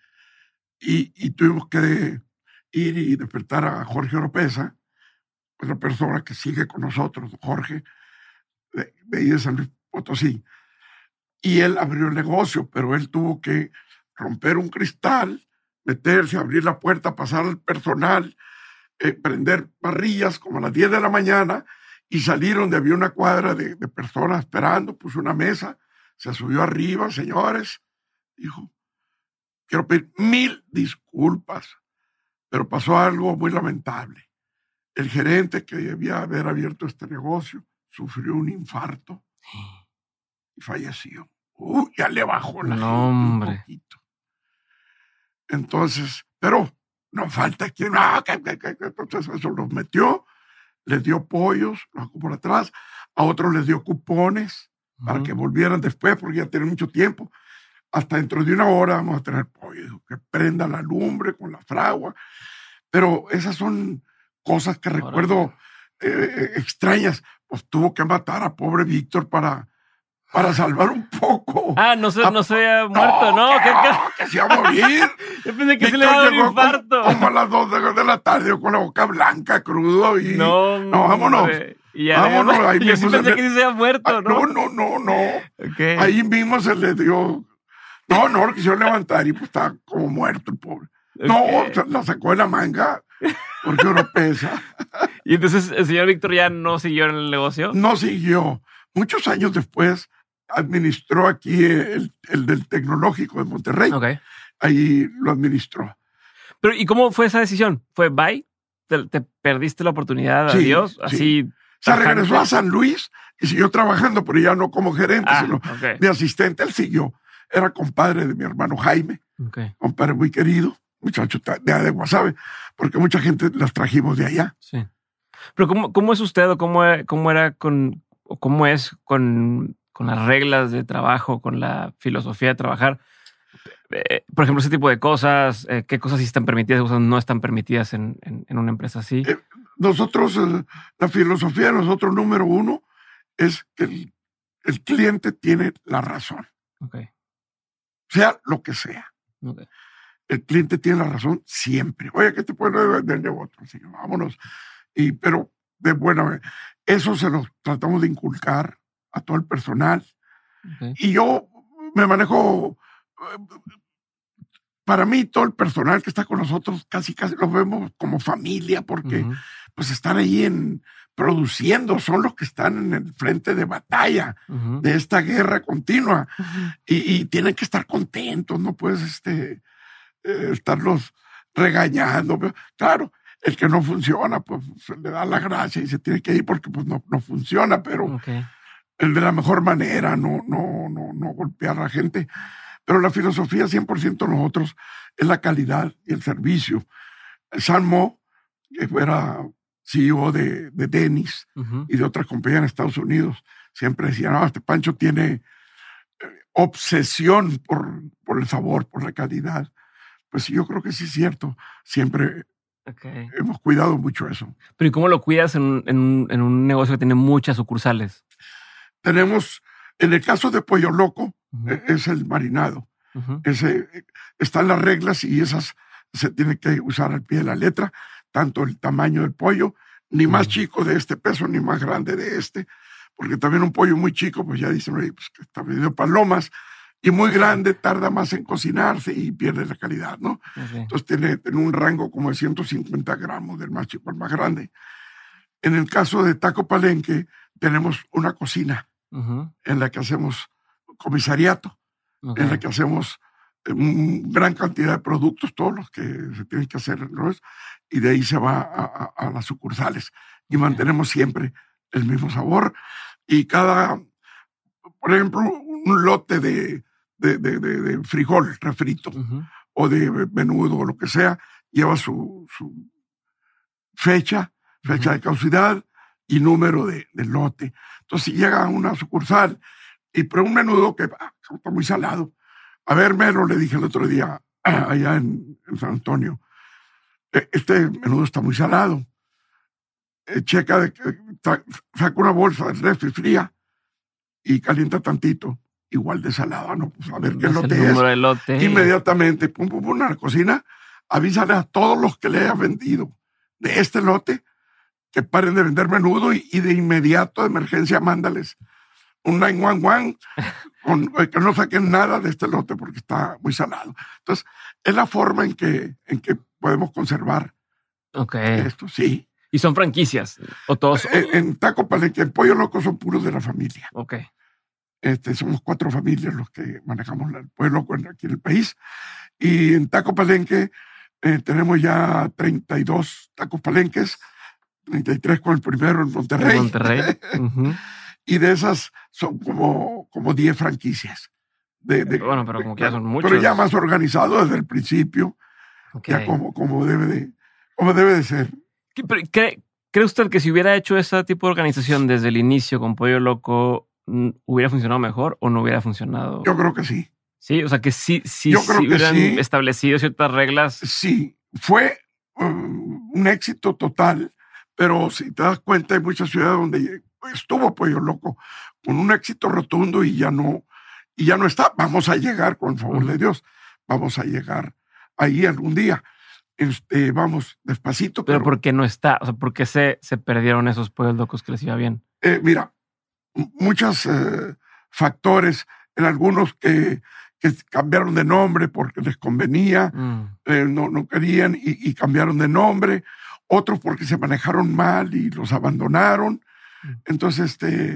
Y tuvimos que ir y despertar a Jorge Oropesa, otra persona que sigue con nosotros, Jorge, de San Luis Potosí. Y él abrió el negocio, pero él tuvo que romper un cristal, meterse, abrir la puerta, pasar al personal, prender parrillas como a las 10 de la mañana y salir donde había una cuadra de personas esperando, puso una mesa, se subió arriba, señores, dijo, quiero pedir 1000 disculpas, pero pasó algo muy lamentable. El gerente que debía haber abierto este negocio sufrió un infarto y falleció. Ya le bajó la gente un poquito. Entonces, pero no falta quien, entonces eso los metió, les dio pollos, los sacó por atrás, a otros les dio cupones para que volvieran después, porque ya tienen mucho tiempo. Hasta dentro de 1 hora vamos a tener pollo. Dijo, que prenda la lumbre con la fragua. Pero esas son cosas que recuerdo extrañas. Pues tuvo que matar a pobre Víctor para salvar un poco. No se había muerto, ¿no? Que se iba a morir. Yo pensé que Víctor se le iba a dar un infarto. Como a las 2 de la tarde con la boca blanca, crudo. Y no, vámonos. Vámonos. Ahí yo sí pensé que sí se había muerto, ¿no? No. Okay. Ahí mismo se le dio... No, lo quisieron levantar y pues estaba como muerto el pobre. Okay. No, la sacó de la manga porque uno pesa. ¿Y entonces el señor Víctor ya no siguió en el negocio? No siguió. Muchos años después administró aquí el del Tecnológico de Monterrey. Okay. Ahí lo administró. Pero ¿y cómo fue esa decisión? ¿Fue bye? ¿Te perdiste la oportunidad? ¿Adiós? Sí, así. Sí. Se regresó a San Luis y siguió trabajando, pero ya no como gerente, sino de asistente. Él siguió. Era compadre de mi hermano Jaime, compadre muy querido, muchacho de Guasave, porque mucha gente las trajimos de allá. Sí. Pero ¿cómo es usted o cómo es con las reglas de trabajo, con la filosofía de trabajar? por ejemplo, ese tipo de cosas, ¿qué cosas sí están permitidas, qué cosas no están permitidas en una empresa así? Nosotros, la filosofía de nosotros número uno es que el cliente tiene la razón. Okay. Sea lo que sea. Okay. El cliente tiene la razón siempre. Oye, ¿qué te puedo vender de otro? Sí, vámonos. Pero de buena, eso se lo tratamos de inculcar a todo el personal. Okay. Y yo me manejo, para mí todo el personal que está con nosotros casi los vemos como familia, porque pues están ahí produciendo, son los que están en el frente de batalla de esta guerra continua y tienen que estar contentos, no puedes estarlos regañando. Claro, el que no funciona, pues se le da la gracia y se tiene que ir porque pues no funciona, pero el de la mejor manera, no golpear a la gente. Pero la filosofía 100% nosotros es la calidad y el servicio. Salmo, que fuera CEO de Dennis y de otras compañías en Estados Unidos, siempre decía, no, este Pancho tiene obsesión por el sabor, por la calidad. Pues sí, yo creo que sí es cierto. Siempre hemos cuidado mucho eso. Pero ¿y cómo lo cuidas en un negocio que tiene muchas sucursales? Tenemos, en el caso de Pollo Loco, es el marinado. Están las reglas y esas se tienen que usar al pie de la letra, tanto el tamaño del pollo, ni más chico de este peso, ni más grande de este, porque también un pollo muy chico, pues ya dicen, pues que está vendido palomas, y muy grande tarda más en cocinarse y pierde la calidad, ¿no? Entonces tiene un rango como de 150 gramos del más chico al más grande. En el caso de Taco Palenque, tenemos una cocina en la que hacemos comisariato, en la que hacemos gran cantidad de productos, todos los que se tienen que hacer, ¿no? Y de ahí se va a las sucursales y mantenemos siempre el mismo sabor. Y por ejemplo, un lote de frijol refrito o de menudo o lo que sea, lleva su fecha de caducidad y número del lote. Entonces, si llega a una sucursal y por un menudo que está muy salado, a ver, Mero, le dije el otro día allá en San Antonio, este menudo está muy salado. Checa, saca una bolsa del refri fría y calienta tantito, igual de salado, ¿no? Pues a ver qué lote es. Lote. Inmediatamente, pum, a la cocina, avísale a todos los que le hayas vendido de este lote que paren de vender menudo y de inmediato, de emergencia, mándales un 911 que no saquen nada de este lote porque está muy salado. Entonces, es la forma en que podemos conservar esto, sí. ¿Y son franquicias? ¿O todos? En Taco Palenque, el Pollo Loco son puros de la familia. Somos 4 familias los que manejamos el Pollo Loco aquí en el país. Y en Taco Palenque tenemos ya 32 Tacos Palenques, 33 con el primero en Monterrey. Y de esas son como 10 franquicias. Bueno, pero como que ya son muchos. Pero ya más organizado desde el principio, ya como debe de ser. ¿Cree usted que si hubiera hecho ese tipo de organización desde el inicio con Pollo Loco, hubiera funcionado mejor o no hubiera funcionado? Yo creo que sí. Sí, o sea que sí hubieran establecido ciertas reglas. Sí, fue un éxito total, pero si te das cuenta hay muchas ciudades donde estuvo Pollo Loco con un éxito rotundo y ya no está. Vamos a llegar, con el favor de Dios, vamos a llegar ahí algún día. Vamos despacito. Pero ¿por qué no está? O sea, ¿por qué se perdieron esos Pollos Locos que les iba bien? Mira, muchos factores, en algunos que cambiaron de nombre porque les convenía, no querían y cambiaron de nombre, otros porque se manejaron mal y los abandonaron. Entonces,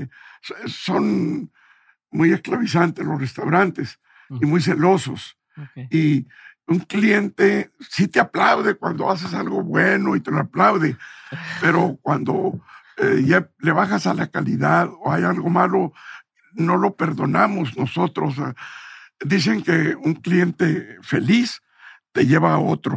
son muy esclavizantes los restaurantes y muy celosos. Y un cliente sí te aplaude cuando haces algo bueno y te lo aplaude, pero cuando ya le bajas a la calidad o hay algo malo, no lo perdonamos nosotros. Dicen que un cliente feliz te lleva a otro,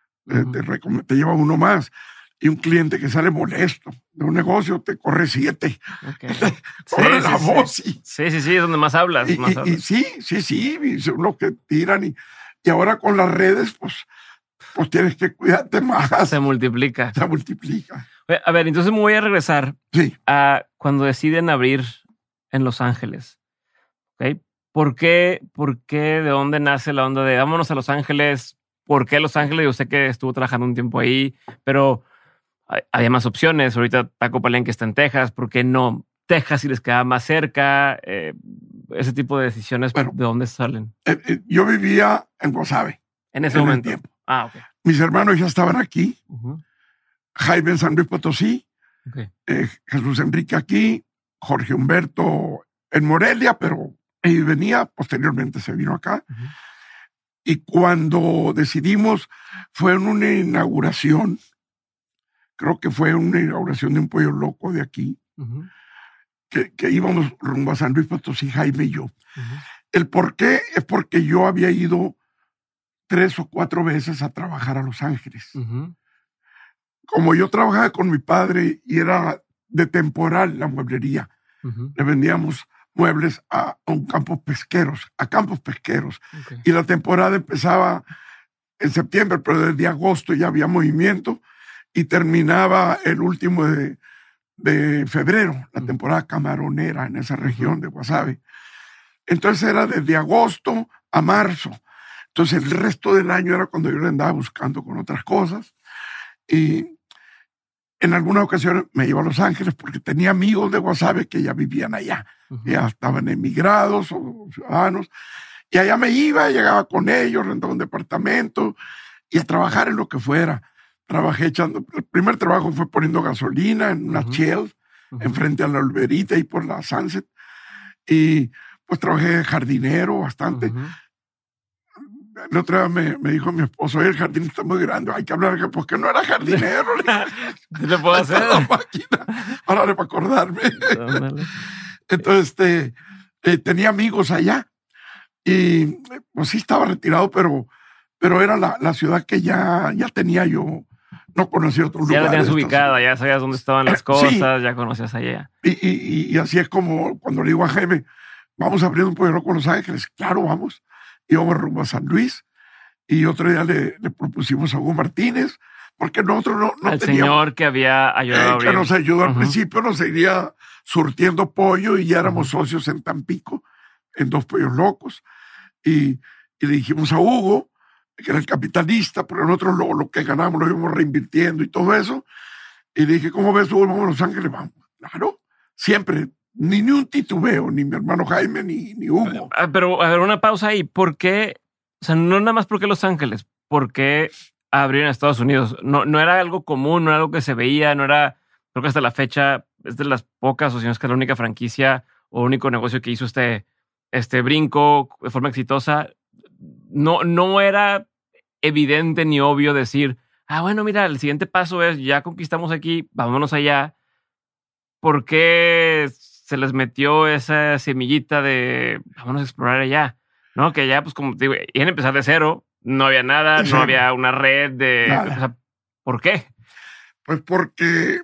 te lleva a uno más. Y un cliente que sale molesto de un negocio te corre 7. Corre la voz. Sí, es donde más hablas. Sí, son los que tiran. Y ahora con las redes, pues tienes que cuidarte más. Se multiplica. Se multiplica. A ver, entonces me voy a regresar a cuando deciden abrir en Los Ángeles. ¿Okay? ¿Por qué? ¿De dónde nace la onda de vámonos a Los Ángeles? ¿Por qué Los Ángeles? Yo sé que estuvo trabajando un tiempo ahí, pero había más opciones. Ahorita Taco Palenque está en Texas. ¿Por qué no Texas si les queda más cerca? Ese tipo de decisiones, bueno, ¿de dónde salen? Yo vivía en Guasave. En ese momento. Tiempo. Ok. Mis hermanos ya estaban aquí. Jaime en San Luis Potosí. Jesús Enrique aquí. Jorge Humberto en Morelia, pero venía, posteriormente se vino acá. Y cuando decidimos, fue en una inauguración, creo que fue una inauguración de un pollo loco de aquí, que íbamos rumbo a San Luis Potosí, Jaime y yo. El por qué es porque yo había ido 3 o 4 veces a trabajar a Los Ángeles. Como yo trabajaba con mi padre y era de temporal la mueblería, le vendíamos muebles a campos pesqueros. Y la temporada empezaba en septiembre, pero desde agosto ya había movimiento y terminaba el último de febrero, la temporada camaronera en esa región de Guasave. Entonces era desde agosto a marzo. Entonces el resto del año era cuando yo le andaba buscando con otras cosas. Y en algunas ocasiones me iba a Los Ángeles porque tenía amigos de Guasave que ya vivían allá. Ya estaban emigrados o ciudadanos. Y allá me iba, llegaba con ellos, rentaba un departamento y a trabajar en lo que fuera. Trabajé echando... El primer trabajo fue poniendo gasolina en una Shell, enfrente a la Olverita y por la Sunset. Y pues trabajé de jardinero bastante. El otro día me dijo mi esposo, el jardín está muy grande, hay que hablar, porque no era jardinero. ¿Qué le puedo hacer? La máquina, para acordarme. Entonces, tenía amigos allá y pues sí estaba retirado, pero era la ciudad que ya tenía yo. No conocía otro lugar. Ya la tenías ubicada, ya sabías dónde estaban las cosas, ya conocías allá. Y así es como cuando le digo a Jaime, vamos a abrir un pollo con Los Ángeles. Claro, vamos. Íbamos rumbo a San Luis y otro día le propusimos a Hugo Martínez, porque nosotros no al teníamos... señor que había ayudado a abrir. Que nos ayudó al principio, nos seguía surtiendo pollo y ya éramos socios en Tampico, en 2 pollos locos. Y le dijimos a Hugo, que era el capitalista, porque nosotros lo que ganamos lo íbamos reinvirtiendo y todo eso. Y le dije, ¿cómo ves, Hugo? Vamos a Los Ángeles, vamos. Claro, siempre. Ni un titubeo, ni mi hermano Jaime, ni Hugo. Pero, a ver, una pausa ahí. ¿Por qué? O sea, no nada más porque Los Ángeles. ¿Por qué abrir en Estados Unidos? No era algo común, no era algo que se veía, no era... Creo que hasta la fecha es de las pocas, o si no es que es la única franquicia o único negocio que hizo este brinco de forma exitosa. No era evidente ni obvio decir, bueno, mira, el siguiente paso es, ya conquistamos aquí, vámonos allá. ¿Por qué se les metió esa semillita de vámonos a explorar allá? ¿No? Que ya, pues como te digo, iban a empezar de cero, no había nada, no había una red de... O sea, ¿por qué? Pues porque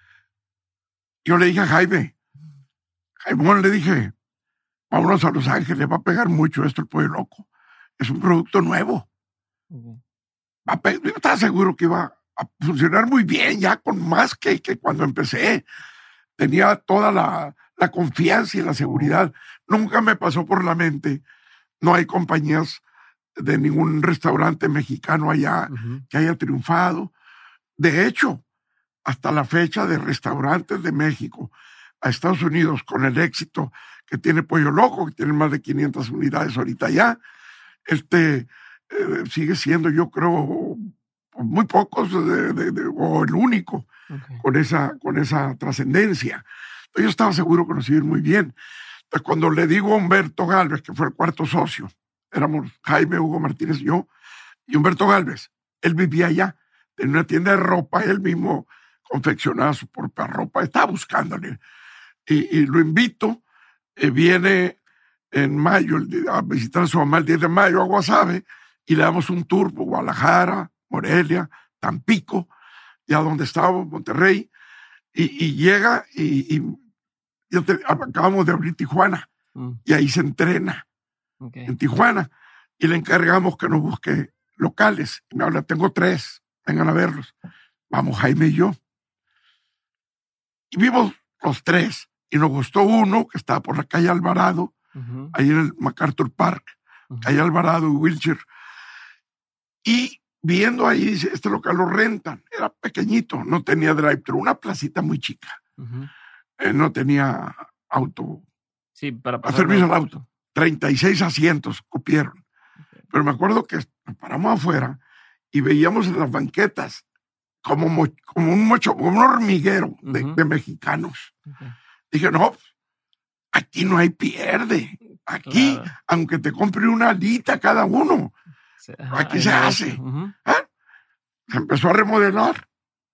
yo le dije a Jaime, bueno, le dije, vámonos a Los Ángeles, va a pegar mucho esto el pollo loco. Es un producto nuevo. Yo estaba seguro que iba a funcionar muy bien, ya con más que cuando empecé. Tenía toda la confianza y la seguridad. Nunca me pasó por la mente. No hay compañías de ningún restaurante mexicano allá que haya triunfado. De hecho, hasta la fecha de restaurantes de México a Estados Unidos, con el éxito que tiene Pollo Loco, que tiene más de 500 unidades ahorita ya, sigue siendo, yo creo, muy pocos o el único con esa trascendencia. Yo estaba seguro que nos iba a ir muy bien. Entonces, cuando le digo a Humberto Galvez, que fue el cuarto socio, éramos Jaime, Hugo Martínez y yo, y Humberto Galvez, él vivía allá, tenía una tienda de ropa, él mismo confeccionaba su propia ropa, estaba buscándole. Y lo invito, viene en mayo a visitar a su mamá el 10 de mayo a Guasave, y le damos un tour por Guadalajara, Morelia, Tampico, ya donde estábamos, Monterrey, y llega y acabamos de abrir Tijuana, y ahí se entrena en Tijuana, y le encargamos que nos busque locales. Y me habla, tengo 3, vengan a verlos. Vamos Jaime y yo. Y vimos los 3 y nos gustó uno que estaba por la calle Alvarado, ahí en el MacArthur Park, calle Alvarado y Wilshire. Y viendo ahí, dice, este local lo rentan. Era pequeñito, no tenía drive-thru, una placita muy chica. No tenía auto. Sí, para pasar servicio al auto. 36 asientos cupieron. Pero me acuerdo que nos paramos afuera y veíamos en las banquetas como un hormiguero de mexicanos. Dije, no, aquí no hay pierde. Aquí, aunque te compre una alita cada uno, aquí se hace. Se empezó a remodelar.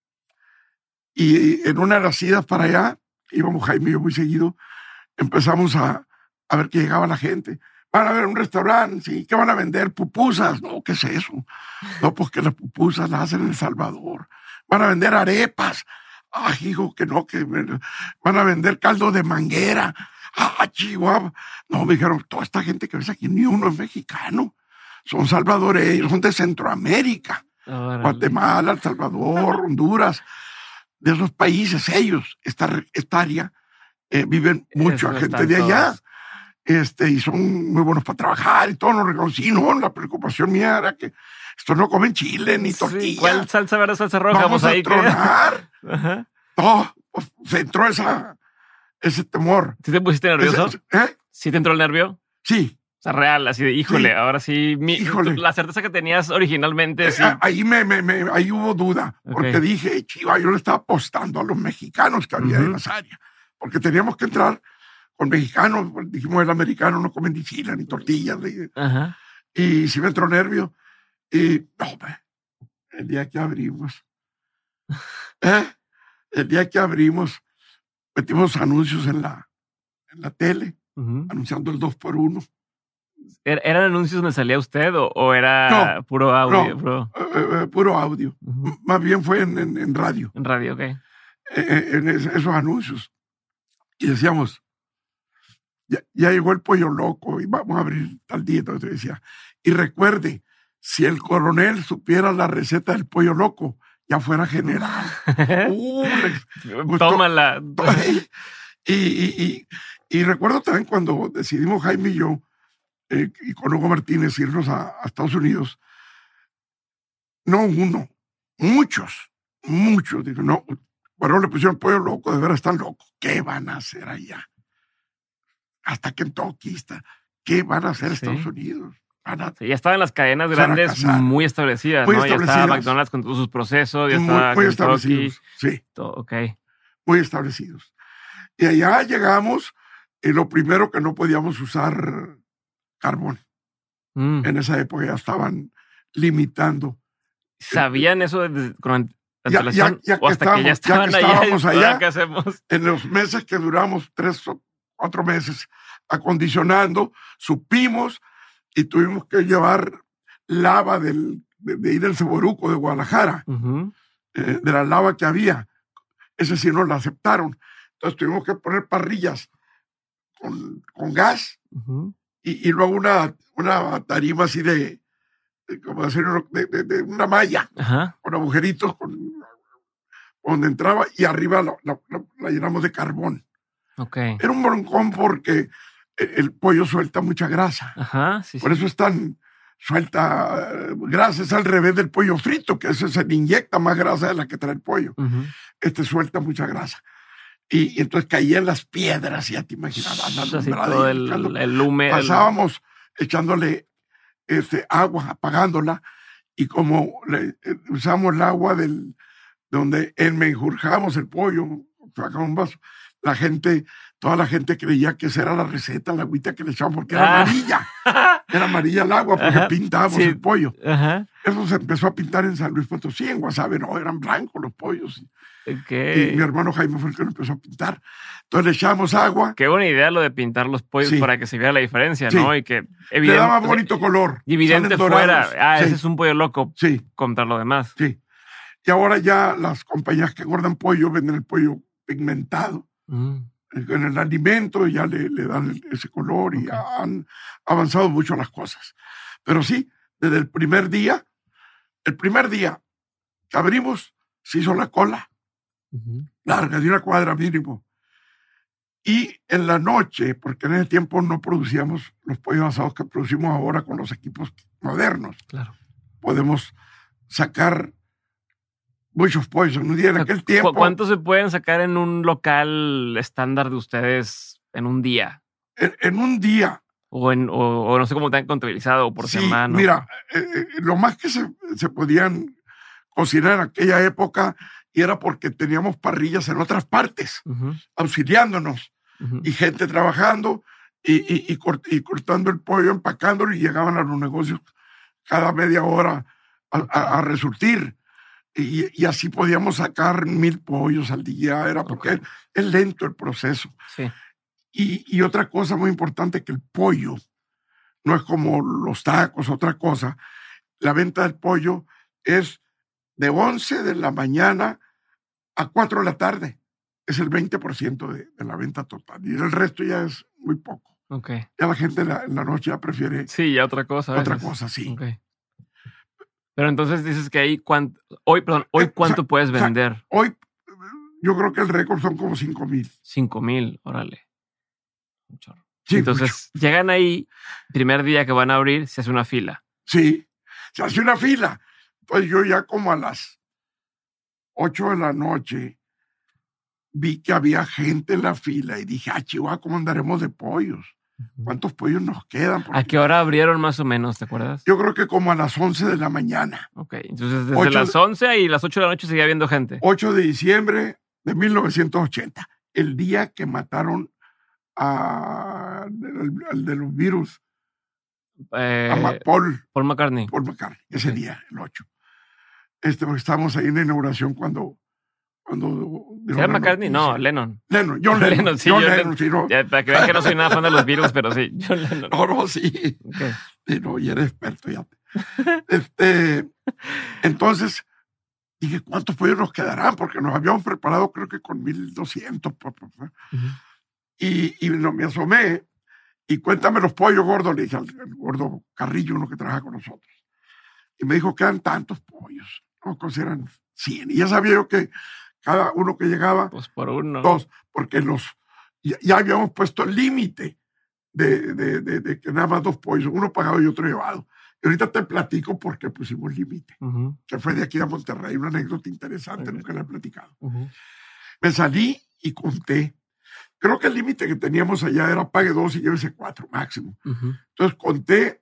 Y en una de las idas para allá, íbamos Jaime y yo muy seguido, empezamos a ver que llegaba la gente. Van a ver un restaurante, sí, ¿qué van a vender? Pupusas. No, ¿qué es eso? No, pues que las pupusas las hacen en El Salvador. Van a vender arepas. Ah, hijo, que no, que van a vender caldo de manguera. Ah, Chihuahua. No, me dijeron, toda esta gente que ves aquí, ni uno es mexicano. Son salvadoreños, son de Centroamérica. Guatemala, El Salvador, Honduras. De esos países, ellos, esta área, viven mucha gente de allá. Y son muy buenos para trabajar y todo, nos reconocí. No, la preocupación mía era que estos no comen chile ni tortilla. Sí, ¿cuál salsa verde, salsa roja? Vamos a tronar. No, pues, se entró ese temor. ¿Sí te pusiste nervioso? ¿Sí te entró el nervio? Sí. O sea, real, así de, híjole, sí. Ahora sí. La certeza que tenías originalmente, sí. Ahí ahí hubo duda, porque dije, chiva, yo le estaba apostando a los mexicanos que había en esa área, porque teníamos que entrar con mexicanos, dijimos, el americano no comen ni chile ni tortillas. Y sí me entró nervio. Y, no, el día que abrimos, metimos anuncios en la tele, anunciando el 2x1. ¿Eran anuncios donde salía usted o era puro audio? No, puro audio. Más bien fue en radio. En radio, ok. En esos anuncios. Y decíamos, ya llegó el pollo loco y vamos a abrir tal día. Entonces decía, y recuerde, si el coronel supiera la receta del pollo loco, ya fuera general. Tómala. Y recuerdo también cuando decidimos Jaime y yo, y con Hugo Martínez, irnos a Estados Unidos. No uno, muchos. Digo, no, bueno, le pusieron pollo loco, de veras están locos. ¿Qué van a hacer allá? Hasta Kentucky está. ¿Qué van a hacer Estados Unidos? Ya estaban las cadenas grandes muy establecidas, ¿no? Ya estaba McDonald's con todos sus procesos, ya estaba muy establecidos, sí. Todo, muy establecidos. Y allá llegamos, y lo primero que no podíamos usar carbón. En esa época ya estaban limitando. ¿Sabían eso con antelación? Ya que estábamos allá, ¿qué hacemos? En los meses que duramos 3 o 4 meses acondicionando, supimos y tuvimos que llevar lava de ir del Ceboruco de Guadalajara, de la lava que había. Ese sí no la aceptaron. Entonces tuvimos que poner parrillas con gas. Y luego una tarima así como hacer de una malla, con agujeritos donde entraba, y arriba la llenamos de carbón. Era un broncón porque el pollo suelta mucha grasa. Por eso es tan suelta grasa, es al revés del pollo frito, que ese se le inyecta más grasa de la que trae el pollo. Este suelta mucha grasa. Y entonces caían las piedras, ya te imaginabas. Todo el húmedo. Pasábamos echándole agua, apagándola, y como usamos el agua donde enmenjurjábamos el pollo, sacamos un vaso, toda la gente creía que esa era la receta, la agüita que le echábamos, porque era amarilla. Era amarilla el agua porque pintábamos el pollo. Eso se empezó a pintar en San Luis Potosí, en Guasave, no, eran blancos los pollos. Y mi hermano Jaime fue el que lo empezó a pintar. Entonces le echábamos agua. Qué buena idea lo de pintar los pollos para que se viera la diferencia, ¿no? Y que le daba bonito color. Evidente fuera, ese es un pollo loco contra lo demás. Sí. Y ahora ya las compañías que engordan pollo venden el pollo pigmentado. En el alimento ya le dan ese color y han avanzado mucho las cosas. Pero sí, desde el primer día que abrimos, se hizo la cola larga, de 1 cuadra mínimo. Y en la noche, porque en ese tiempo no producíamos los pollos asados que producimos ahora con los equipos modernos. Claro. Podemos sacar muchos pollos en un día. En aquel tiempo. ¿Cuántos se pueden sacar en un local estándar de ustedes en un día? En un día. O no sé cómo te han contabilizado, o por semana. Mira, lo más que se podían cocinar en aquella época y era porque teníamos parrillas en otras partes, auxiliándonos, y gente trabajando y cortando el pollo, empacándolo, y llegaban a los negocios cada media hora a resurtir. Y así podíamos sacar 1,000 pollos al día, era porque es lento el proceso. Sí. Y otra cosa muy importante, que el pollo no es como los tacos, otra cosa. La venta del pollo es de 11 de la mañana a 4 de la tarde. Es el 20% de la venta total. Y el resto ya es muy poco. Ya la gente en la noche ya prefiere... Sí, ya otra cosa. Otra cosa, sí. Pero entonces dices que ahí hoy ¿cuánto puedes vender? Hoy yo creo que el récord son como 5,000. 5,000, órale. Sí, entonces llegan ahí, primer día que van a abrir, se hace una fila. Sí, se hace una fila. Pues yo ya como a las 8 de la noche vi que había gente en la fila y dije, Chihuahua, ¿cómo andaremos de pollos? ¿Cuántos pollos nos quedan? ¿A qué hora abrieron más o menos, te acuerdas? Yo creo que como a las 11 de la mañana. Entonces desde las 11 y las 8 de la noche seguía habiendo gente. 8 de diciembre de 1980, el día que mataron al de los virus, a Paul McCartney. Paul McCartney, ese día, el 8. Porque estábamos ahí en la inauguración cuando ¿Era McCartney? No, Lennon. John Lennon. Sí, John Lennon. Sí, no. Para que vean que no soy nada fan de los Beatles, pero sí, John Lennon. No, sí. Sí, no, y eres experto ya. Entonces, dije, ¿cuántos pollos nos quedarán? Porque nos habíamos preparado, creo que con 1,200. Y me asomé, y cuéntame los pollos, gordo, le dije al gordo Carrillo, uno que trabaja con nosotros. Y me dijo, quedan tantos pollos. No, eran 100. Y ya sabía yo que cada uno que llegaba, pues por uno. 2, porque ya habíamos puesto el límite de que nada más 2 pollos, uno pagado y otro llevado. Y ahorita te platico por qué pusimos límite, que fue de aquí a Monterrey, una anécdota interesante, nunca la he platicado. Me salí y conté. Creo que el límite que teníamos allá era pague 2 y llévese 4 máximo. Entonces conté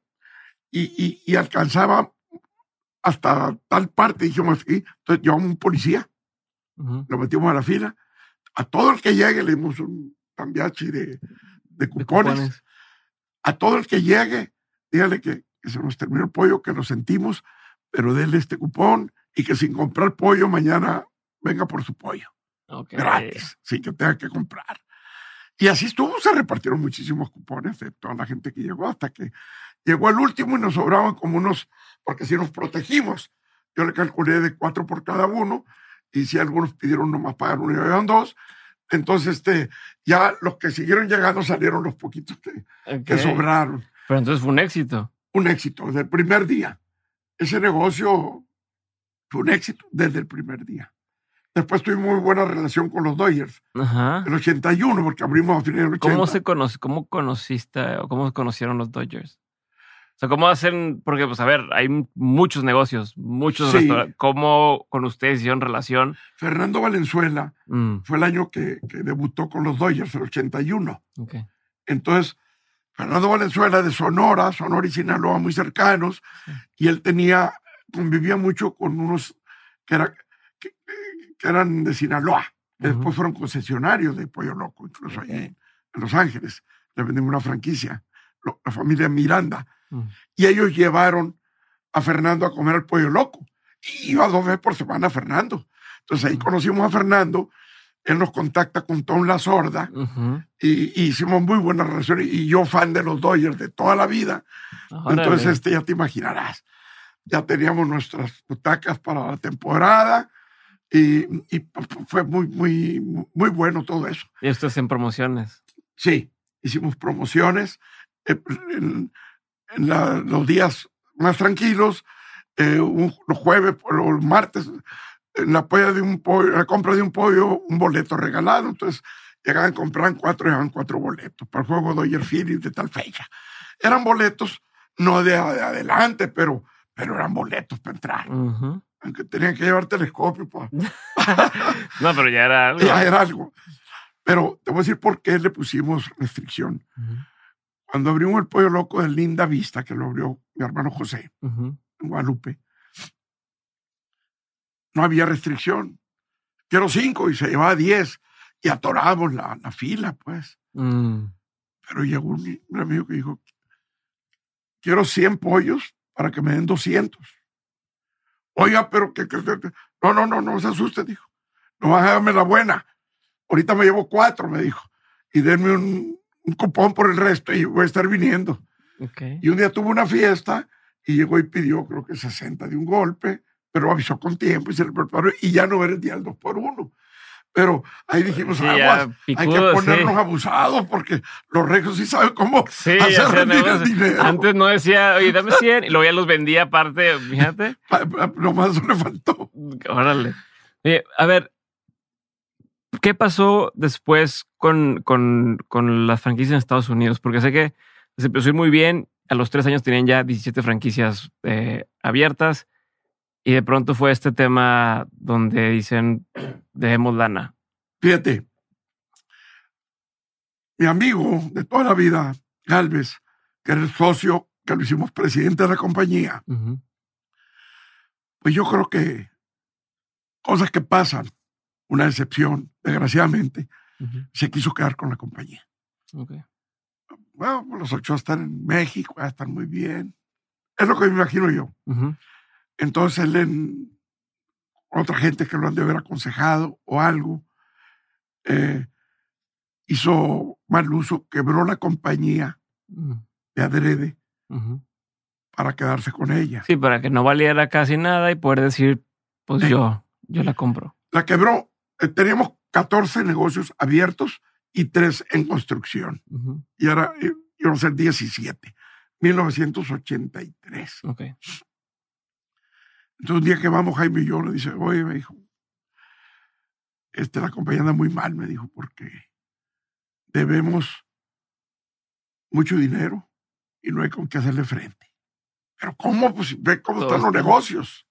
y alcanzaba hasta tal parte, dijimos aquí. Entonces llevamos un policía, lo metimos a la fila. A todo el que llegue le dimos un cambiachi de cupones. A todo el que llegue, dígale que se nos terminó el pollo, que lo sentimos, pero déle este cupón y que sin comprar pollo mañana venga por su pollo. Gratis, sin que tenga que comprar. Y así estuvo, se repartieron muchísimos cupones de toda la gente que llegó, hasta que llegó el último y nos sobraban como unos, porque si nos protegimos, yo le calculé de 4 por cada uno, y si algunos pidieron nomás pagar uno y llevaban 2, entonces ya los que siguieron llegando salieron los poquitos que sobraron. Pero entonces fue un éxito. Un éxito desde el primer día. Ese negocio fue un éxito desde el primer día. Después tuvimos muy buena relación con los Dodgers. En el 81, porque abrimos a finales del 80. ¿Cómo conociste o cómo conocieron los Dodgers? O sea, ¿cómo hacen? Porque, pues, a ver, hay muchos negocios, muchos restaurantes. ¿Cómo con ustedes hicieron relación? Fernando Valenzuela fue el año que debutó con los Dodgers, el 81. Entonces, Fernando Valenzuela de Sonora y Sinaloa, muy cercanos, y él convivía mucho con unos que eran de Sinaloa, que después fueron concesionarios de Pollo Loco, incluso allí en Los Ángeles. Le vendimos una franquicia, la familia Miranda. Y ellos llevaron a Fernando a comer el Pollo Loco. Y iba 2 veces por semana Fernando. Entonces ahí conocimos a Fernando, él nos contacta con Tom La Sorda, y hicimos muy buenas relaciones, y yo fan de los Dodgers de toda la vida. Entonces ya te imaginarás, ya teníamos nuestras butacas para la temporada, y fue muy, muy, muy bueno todo eso. ¿Y esto es en promociones? Sí, hicimos promociones en los días más tranquilos. Los jueves, los martes, en la compra de un pollo, un boleto regalado. Entonces llegaban, compraban 4 y llevaban 4 boletos para el juego Dodger Phillies de tal fecha. Eran boletos, no de adelante, pero eran boletos para entrar. Uh-huh. Aunque tenían que llevar telescopio. No, pero ya era algo. Ya era algo. Pero te voy a decir por qué le pusimos restricción. Uh-huh. Cuando abrimos el Pollo Loco de Linda Vista, que lo abrió mi hermano José, uh-huh, en Guadalupe, no había restricción. Quiero 5 y se llevaba 10 y atorábamos la fila, pues. Pero llegó un amigo que dijo, quiero 100 pollos para que me den 200. Oiga, pero que no se asuste, dijo. No vas a darme la buena. Ahorita me llevo 4, me dijo. Y denme un cupón por el resto y voy a estar viniendo. Okay. Y un día tuvo una fiesta y llegó y pidió, creo que 60 de un golpe, pero avisó con tiempo y se le preparó y ya no era el día del 2x1. Pero ahí dijimos, sí, aguas, picudo, hay que ponernos abusados porque los regios sí saben cómo hacer rendir el dinero. Antes no decía, oye, dame 100 y luego ya los vendía aparte, fíjate. Nomás eso le faltó. Órale. Oye, a ver, ¿qué pasó después con las franquicias en Estados Unidos? Porque sé que se empezó a ir muy bien. A los 3 años tenían ya 17 franquicias abiertas. Y de pronto fue este tema donde dicen, dejemos lana. Fíjate, mi amigo de toda la vida, Galvez, que era el socio, que lo hicimos presidente de la compañía, uh-huh, pues yo creo que cosas que pasan, una excepción, desgraciadamente, uh-huh, se quiso quedar con la compañía. Okay. Bueno, los Ochoa están en México, están muy bien. Es lo que me imagino yo. Uh-huh. Entonces él, otra gente que lo han de haber aconsejado o algo, hizo mal uso, quebró la compañía de adrede uh-huh, para quedarse con ella. Sí, para que no valiera casi nada y poder decir, pues yo la compro. La quebró. Teníamos 14 negocios abiertos y 3 en construcción. Uh-huh. Y ahora íbamos a ser 17. 1983. Okay. Entonces un día que vamos, Jaime y yo, le dice, oye, me dijo, la compañía anda muy mal, me dijo, porque debemos mucho dinero y no hay con qué hacerle frente. Pero ¿cómo? Pues ve cómo están los negocios.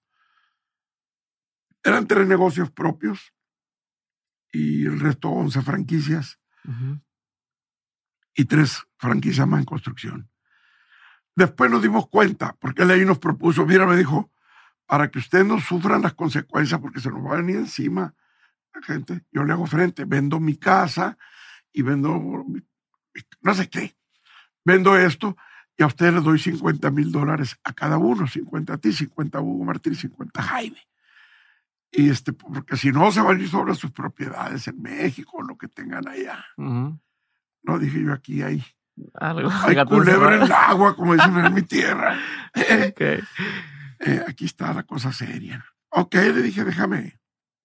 Eran 3 negocios propios y el resto 11 franquicias uh-huh, y 3 franquicias más en construcción. Después nos dimos cuenta, porque él ahí nos propuso, mira, me dijo, para que ustedes no sufran las consecuencias porque se nos va a venir encima la gente, yo le hago frente, vendo mi casa y vendo no sé qué, vendo esto y a ustedes les doy $50,000 a cada uno, 50 a ti, 50 a Hugo Martín y 50 a Jaime. Y porque si no se van a ir sobre sus propiedades en México, lo que tengan allá. uh-huh. No, dije yo, aquí hay culebra en el agua, como dicen en mi tierra. Okay. Aquí está la cosa seria. Ok, le dije, déjame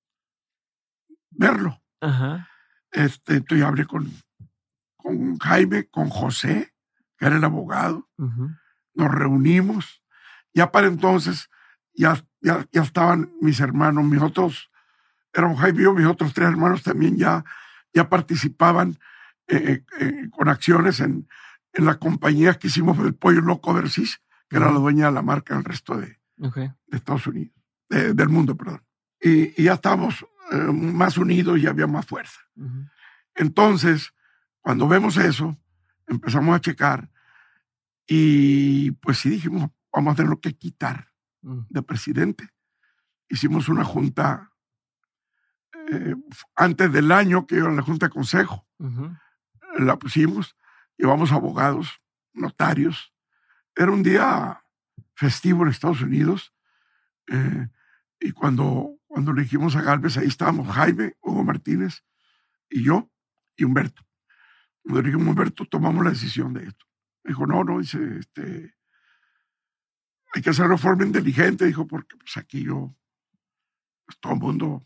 verlo. Uh-huh. Yo hablé con Jaime, con José, que era el abogado. Uh-huh. Nos reunimos. Ya para entonces, ya estaban mis hermanos, mis otros, éramos Jaime y yo, mis otros 3 hermanos también ya participaban con acciones en la compañía que hicimos del Pollo Loco Overseas, que era la dueña de la marca en el resto de Estados Unidos, del mundo, perdón. Y ya estábamos más unidos y había más fuerza. Uh-huh. Entonces, cuando vemos eso, empezamos a checar y pues sí dijimos, vamos a tener que quitar de presidente. Hicimos una junta antes del año, que era la junta de consejo. Uh-huh. La pusimos, llevamos abogados, notarios. Era un día festivo en Estados Unidos. Y cuando le dijimos a Galvez, ahí estábamos Jaime, Hugo Martínez y yo y Humberto. Cuando le dijimos, Humberto, tomamos la decisión de esto. Me dijo, no, dice, hay que hacerlo de forma inteligente, dijo, porque pues aquí pues todo el mundo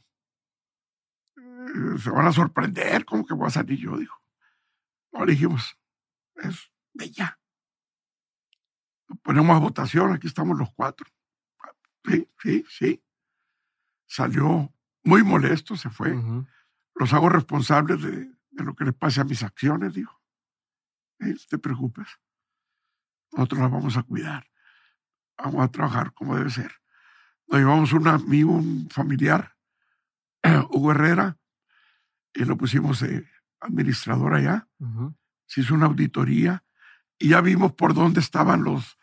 se van a sorprender, ¿cómo que voy a salir yo? Dijo. No, le dijimos, es de ya. Por ponemos a votación, aquí estamos los 4. Sí. Salió muy molesto, se fue. Los hago responsables de lo que les pase a mis acciones, dijo. No te preocupes. Nosotros las vamos a cuidar. Vamos a trabajar como debe ser. Nos llevamos un amigo, un familiar, Hugo Herrera, y lo pusimos de administrador allá. Se hizo una auditoría y ya vimos por dónde estaban los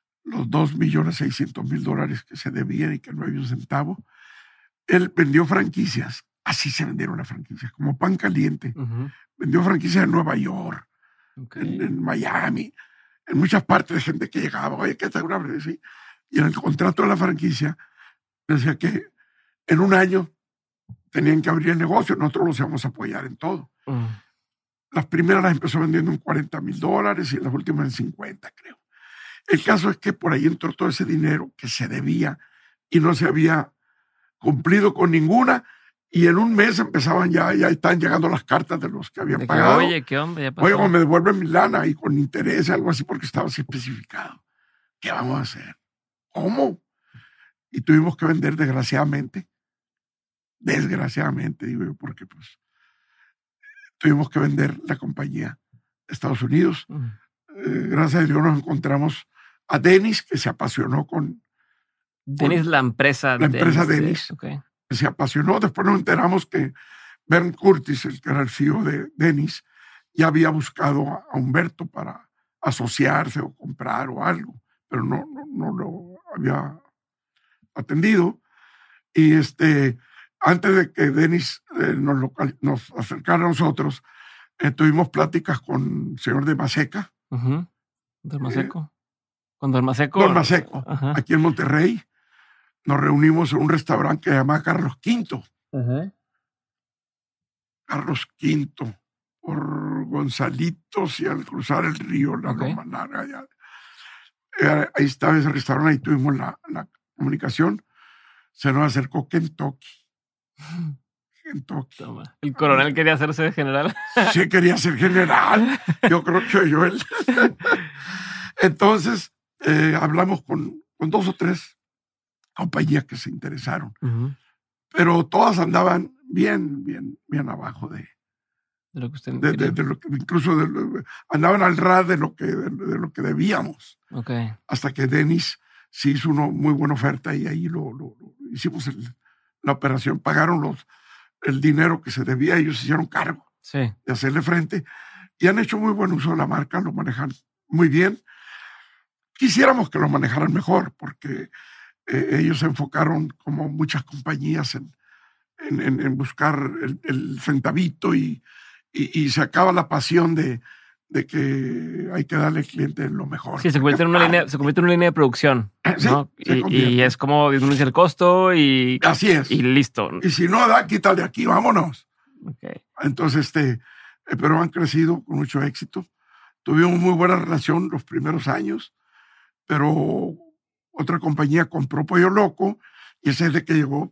$2,600,000 que se debían y que no había un centavo. Él vendió franquicias. Así se vendieron las franquicias, como pan caliente. Vendió franquicias en Nueva York, en Miami, en muchas partes de gente que llegaba. Oye, ¿qué tal? Sí. Y en el contrato de la franquicia decía que en un año tenían que abrir el negocio. Nosotros los íbamos a apoyar en todo. Las primeras las empezó vendiendo en $40,000 y las últimas en 50, creo. El caso es que por ahí entró todo ese dinero que se debía y no se había cumplido con ninguna. Y en un mes empezaban ya están llegando las cartas de los que habían pagado. Oye, ¿qué onda? Ya pasó. Oye, me devuelven mi lana y con interés, algo así, porque estaba así especificado. ¿Qué vamos a hacer? ¿Cómo? Y tuvimos que vender, desgraciadamente, digo yo, porque pues tuvimos que vender la compañía de Estados Unidos. Gracias a Dios nos encontramos a Dennis, que se apasionó con Dennis, la empresa Dennis. Okay. Se apasionó. Después nos enteramos que Bernd Curtis, el que era el CEO de Dennis, ya había buscado a Humberto para asociarse o comprar o algo, pero no lo había atendido. Y antes de que Dennis nos acercara a nosotros, tuvimos pláticas con el señor de Maseca. ¿Del Maseco? ¿Con Don Maseco? Don Maseco, aquí en Monterrey. Nos reunimos en un restaurante que se llama Carlos V. Carlos V, por Gonzalitos y al cruzar el río, la Loma Larga. Ahí estaba ese restaurante, ahí tuvimos la comunicación. Se nos acercó Kentucky. Toma. ¿El coronel quería hacerse general? Sí, quería ser general. Yo creo que yo él. Entonces, hablamos con 2 o 3 compañías que se interesaron. Pero todas andaban bien abajo de lo que usted incluso andaban al ras de lo que debíamos. Hasta que Dennis se hizo una muy buena oferta y ahí lo hicimos la operación. Pagaron el dinero que se debía, ellos se hicieron cargo de hacerle frente y han hecho muy buen uso de la marca, lo manejan muy bien. Quisiéramos que lo manejaran mejor porque ellos se enfocaron, como muchas compañías, en buscar el centavito y se acaba la pasión de que hay que darle al cliente lo mejor. Sí, se convierte en una línea de producción, ¿no? Y es como disminuir el costo y... Así es. Y listo. Y si no da, quítale aquí, vámonos. Entonces, pero han crecido con mucho éxito. Tuvimos muy buena relación los primeros años, pero otra compañía compró Pollo Loco y ese es de que llegó.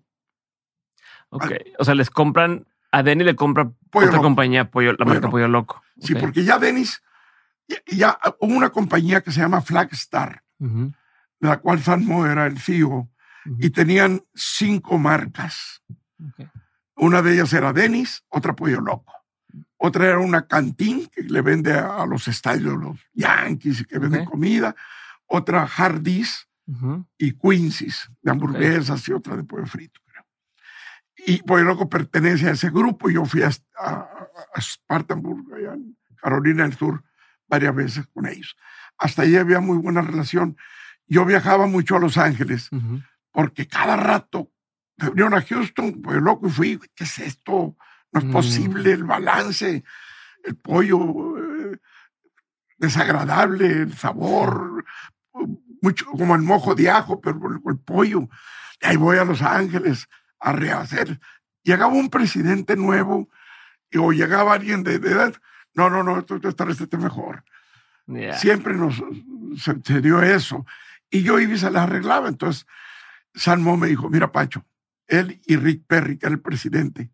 O sea, les compran, a Dennis le compra otra compañía, la marca Pollo Loco. Sí, porque ya Dennis, ya hubo una compañía que se llama Flagstar, de la cual Sanmo era el CEO, y tenían 5 marcas. Una de ellas era Dennis, otra Pollo Loco. Otra era una Cantín que le vende a los estadios, los Yankees, que venden comida. Otra Hardee's y Quincy's de hamburguesas y otra de pollo frito, creo. Y Pollo Loco pertenece a ese grupo. Yo fui a Spartanburg, allá en Carolina del Sur, varias veces con ellos. Hasta allí había muy buena relación. Yo viajaba mucho a Los Ángeles porque cada rato me vinieron a Houston, Pollo Loco, y fui, ¿qué es esto? No es posible, el balance, el pollo desagradable, el sabor, mucho como el mojo de ajo, pero el pollo. Y ahí voy a Los Ángeles a rehacer. Llegaba un presidente nuevo o llegaba alguien de edad. No, esta receta es mejor. Siempre se dio eso. Y yo iba y se las arreglaba. Entonces, Sanmo me dijo, mira, Pacho, él y Rick Perry, que era el presidente,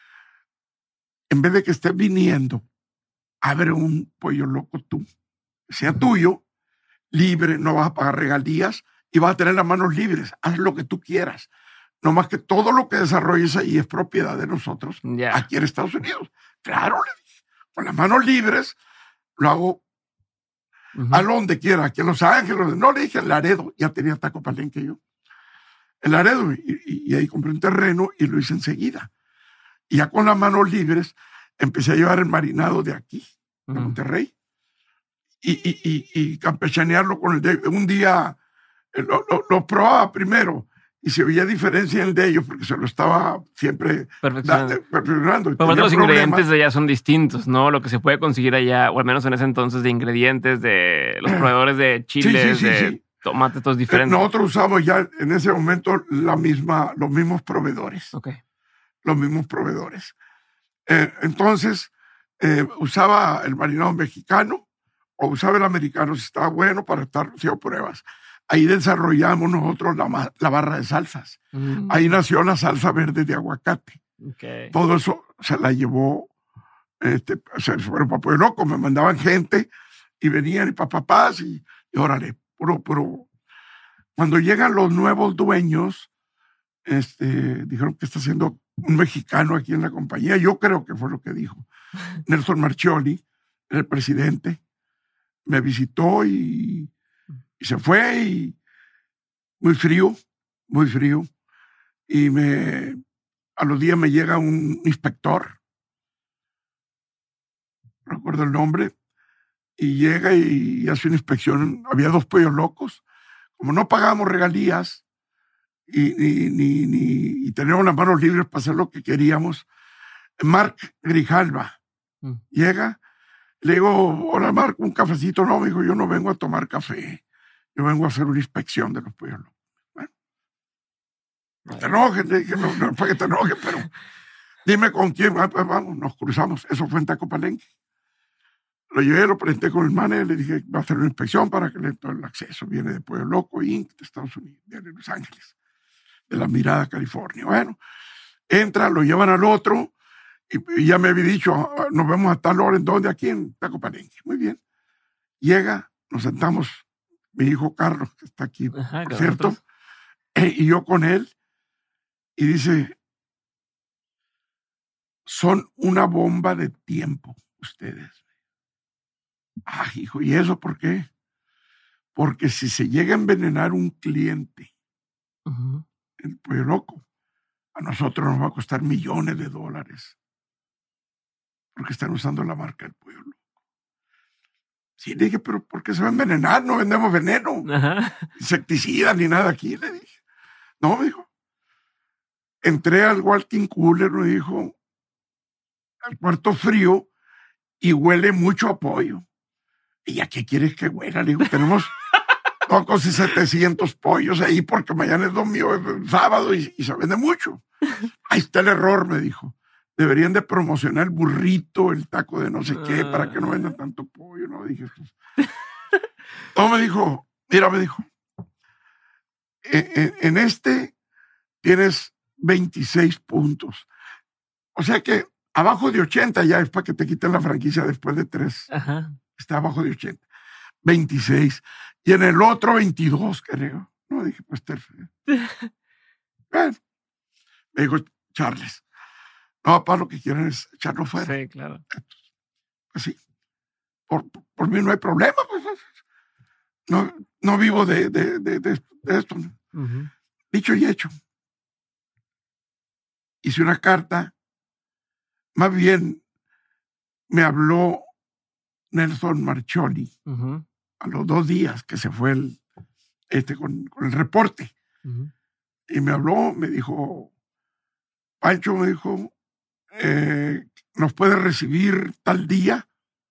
en vez de que estés viniendo, abre un Pollo Loco tú, sea tuyo, libre, no vas a pagar regalías y vas a tener las manos libres. Haz lo que tú quieras. No más que todo lo que desarrolles ahí es propiedad de nosotros aquí en Estados Unidos. Claro, le dije, con las manos libres lo hago a donde quiera, aquí en Los Ángeles. No, le dije en Laredo, ya tenía Taco Palenque yo. En Laredo, y ahí compré un terreno y lo hice enseguida. Y ya con las manos libres empecé a llevar el marinado de aquí, de Monterrey, y campechanearlo con el de un día. Lo probaba primero y se veía diferencia en el de ellos porque se lo estaba siempre perfeccionando. Pero los ingredientes de allá son distintos, ¿no? Lo que se puede conseguir allá, o al menos en ese entonces, de ingredientes de los proveedores de chiles, de tomates, todos diferentes. Nosotros usamos ya en ese momento los mismos proveedores. Okay. Los mismos proveedores. Entonces, usaba el marinado mexicano o usaba el americano si estaba bueno para estar haciendo pruebas. Ahí desarrollamos nosotros la barra de salsas. Ahí nació la salsa verde de aguacate. Okay. Todo eso se la llevó, se fueron para Pueblo Loco, me mandaban gente y venían y papás y órale, puro. Cuando llegan los nuevos dueños, dijeron que está haciendo un mexicano aquí en la compañía. Yo creo que fue lo que dijo. Nelson Marchioli, el presidente, me visitó y se fue y muy frío. Y a los días me llega un inspector, no recuerdo el nombre, y llega y hace una inspección. Había 2 pollos locos. Como no pagábamos regalías y teníamos las manos libres para hacer lo que queríamos, Mark Grijalva llega, le digo, hola Mark, un cafecito. No, me dijo, yo no vengo a tomar café. Yo vengo a hacer una inspección de los pollos locos. Bueno, no te enojes, le dije, no es para que te enojes, pero dime con quién. Pues vamos, nos cruzamos. Eso fue en Taco Palenque. Lo llevé, lo presenté con el manager, le dije, va a hacer una inspección para que le dé todo el acceso. Viene de Pueblo Loco, Inc., de Estados Unidos, de Los Ángeles, de La Mirada, California. Bueno, entra, lo llevan al otro, y ya me había dicho, nos vemos a tal hora, ¿en dónde? Aquí en Taco Palenque. Muy bien. Llega, nos sentamos, mi hijo Carlos, que está aquí, por cierto, y yo con él, y dice, son una bomba de tiempo ustedes. Hijo, ¿y eso por qué? Porque si se llega a envenenar un cliente, el Pollo Loco, a nosotros nos va a costar millones de dólares, porque están usando la marca del Pollo Loco. Sí, le dije, pero ¿por qué se va a envenenar? No vendemos veneno, insecticida ni nada aquí, le dije. No, me dijo. Entré al walking cooler, me dijo, al cuarto frío, y huele mucho a pollo. ¿Y a qué quieres que huela? Le digo, tenemos pocos y 700 pollos ahí porque mañana es domingo, es sábado y se vende mucho. Ahí está el error, me dijo. Deberían de promocionar el burrito, el taco de no sé qué, para que no vendan tanto pollo. No, dije. No, me dijo, mira, me dijo, en tienes 26 puntos. O sea que abajo de 80 ya es para que te quiten la franquicia después de 3. Está abajo de 80. 26. Y en el otro 22, creo. No, dije, pues perfecto. Bueno, me dijo Charles, no, papá, lo que quieren es echarlo fuera. Sí, claro. Pues sí. Por mí no hay problema. Pues. No vivo de esto. Dicho y hecho. Hice una carta. Más bien me habló Nelson Marchioli a los 2 días que se fue con el reporte. Y me habló, me dijo, Pancho, me dijo, nos puede recibir tal día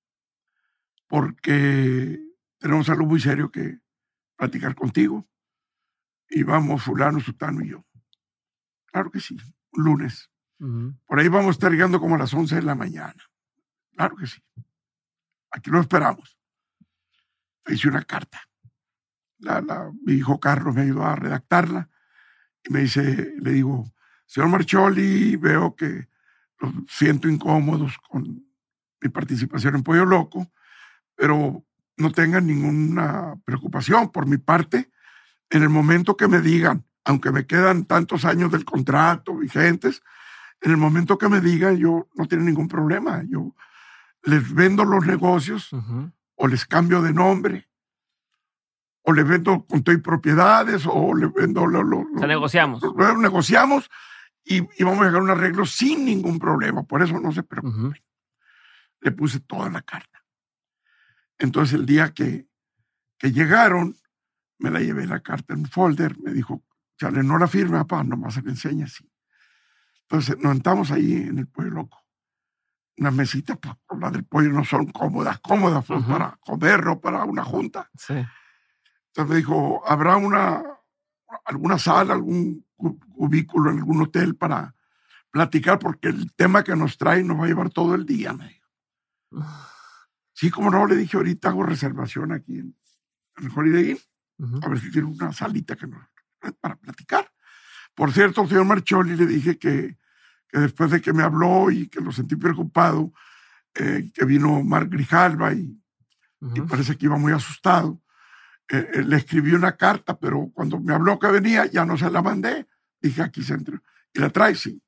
porque tenemos algo muy serio que platicar contigo. Y vamos fulano, sutano y yo. Claro que sí, un lunes. Por ahí vamos a estar llegando como a las 11 de la mañana. Claro que sí. Aquí lo esperamos. Hice una carta. Mi hijo Carlos me ayudó a redactarla y le digo, señor Marchioli, veo que los siento incómodos con mi participación en Pollo Loco, pero no tengan ninguna preocupación por mi parte. En el momento que me digan, aunque me quedan tantos años del contrato vigentes, en el momento que me digan, yo no tengo ningún problema. Yo les vendo los negocios o les cambio de nombre o les vendo con todo y propiedades o les vendo... negociamos. Negociamos y vamos a llegar a un arreglo sin ningún problema. Por eso no se preocupen. Le puse toda la carta. Entonces el día que llegaron, me la llevé la carta en un folder, me dijo, Charles, no la firme, papá, nomás se le enseña así. Entonces nos sentamos ahí en el Pollo Loco. Unas mesitas, pues, las del pollo no son cómodas pues, para comer o para una junta. Sí. Entonces me dijo, ¿habrá alguna sala, algún cubículo en algún hotel para platicar? Porque el tema que nos trae nos va a llevar todo el día, me dijo. Sí, como no, le dije, ahorita hago reservación aquí en el Holiday Inn, a ver si tiene una salita para platicar. Por cierto, al señor Marcholi le dije que después de que me habló y que lo sentí preocupado, que vino Marc Grijalva y parece que iba muy asustado, le escribí una carta, pero cuando me habló que venía ya no se la mandé. Dije, aquí se entró. Y la trae, sí.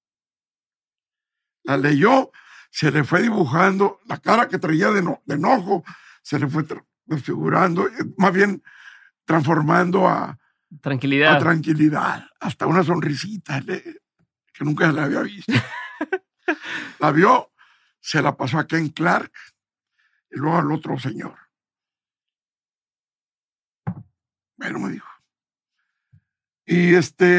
La leyó, se le fue dibujando, la cara que traía de enojo, se le fue desfigurando, más bien transformando a tranquilidad, hasta una sonrisita que nunca se la había visto. La vio, se la pasó a Ken Clark y luego al otro señor. Bueno, me dijo. Y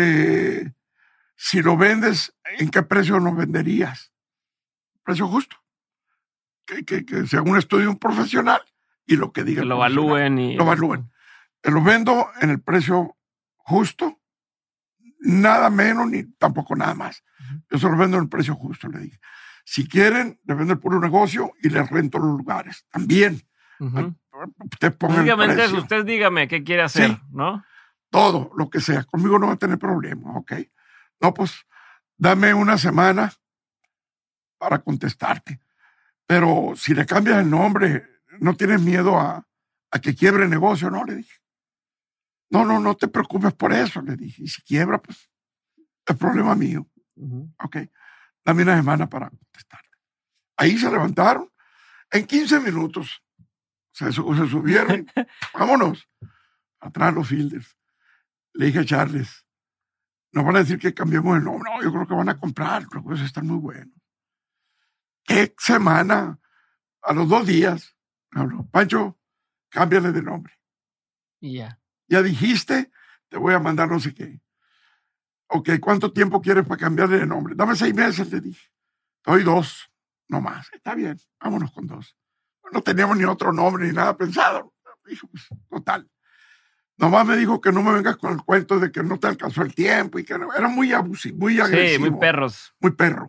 si lo vendes, ¿en qué precio lo venderías? Precio justo. Que sea un estudio profesional y lo que diga. Que lo evalúen. Lo evalúen. Te lo vendo en el precio justo, nada menos ni tampoco nada más. Yo se lo vendo en el precio justo, le dije. Si quieren, les vendo el puro negocio y les rento los lugares. También. Usted ponga básicamente el precio. Usted dígame qué quiere hacer, sí, ¿no? Todo, lo que sea. Conmigo no va a tener problema, ¿ok? No, pues, dame una semana para contestarte. Pero si le cambias el nombre, ¿no tienes miedo a que quiebre el negocio? No, le dije. No te preocupes por eso, le dije. Y si quiebra, pues, es problema mío. Ok, dame una semana para contestarte. Ahí se levantaron. En 15 minutos se subieron. Vámonos. Atrás los fielders. Le dije a Charles, nos van a decir que cambiemos el nombre. No, yo creo que van a comprar. Los juegos están muy buenos. ¿Qué semana? A los 2 días, me habló, Pancho, cámbiale de nombre. Y ya. Ya dijiste, te voy a mandar no sé qué. Ok, ¿cuánto tiempo quieres para cambiarle de nombre? Dame 6 meses, le dije. Doy 2, no más. Está bien, vámonos con 2. No teníamos ni otro nombre ni nada pensado. Dijo, pues, total. Nomás me dijo que no me vengas con el cuento de que no te alcanzó el tiempo y que no, era muy abusivo, muy agresivo. Sí, muy perros. Muy perro.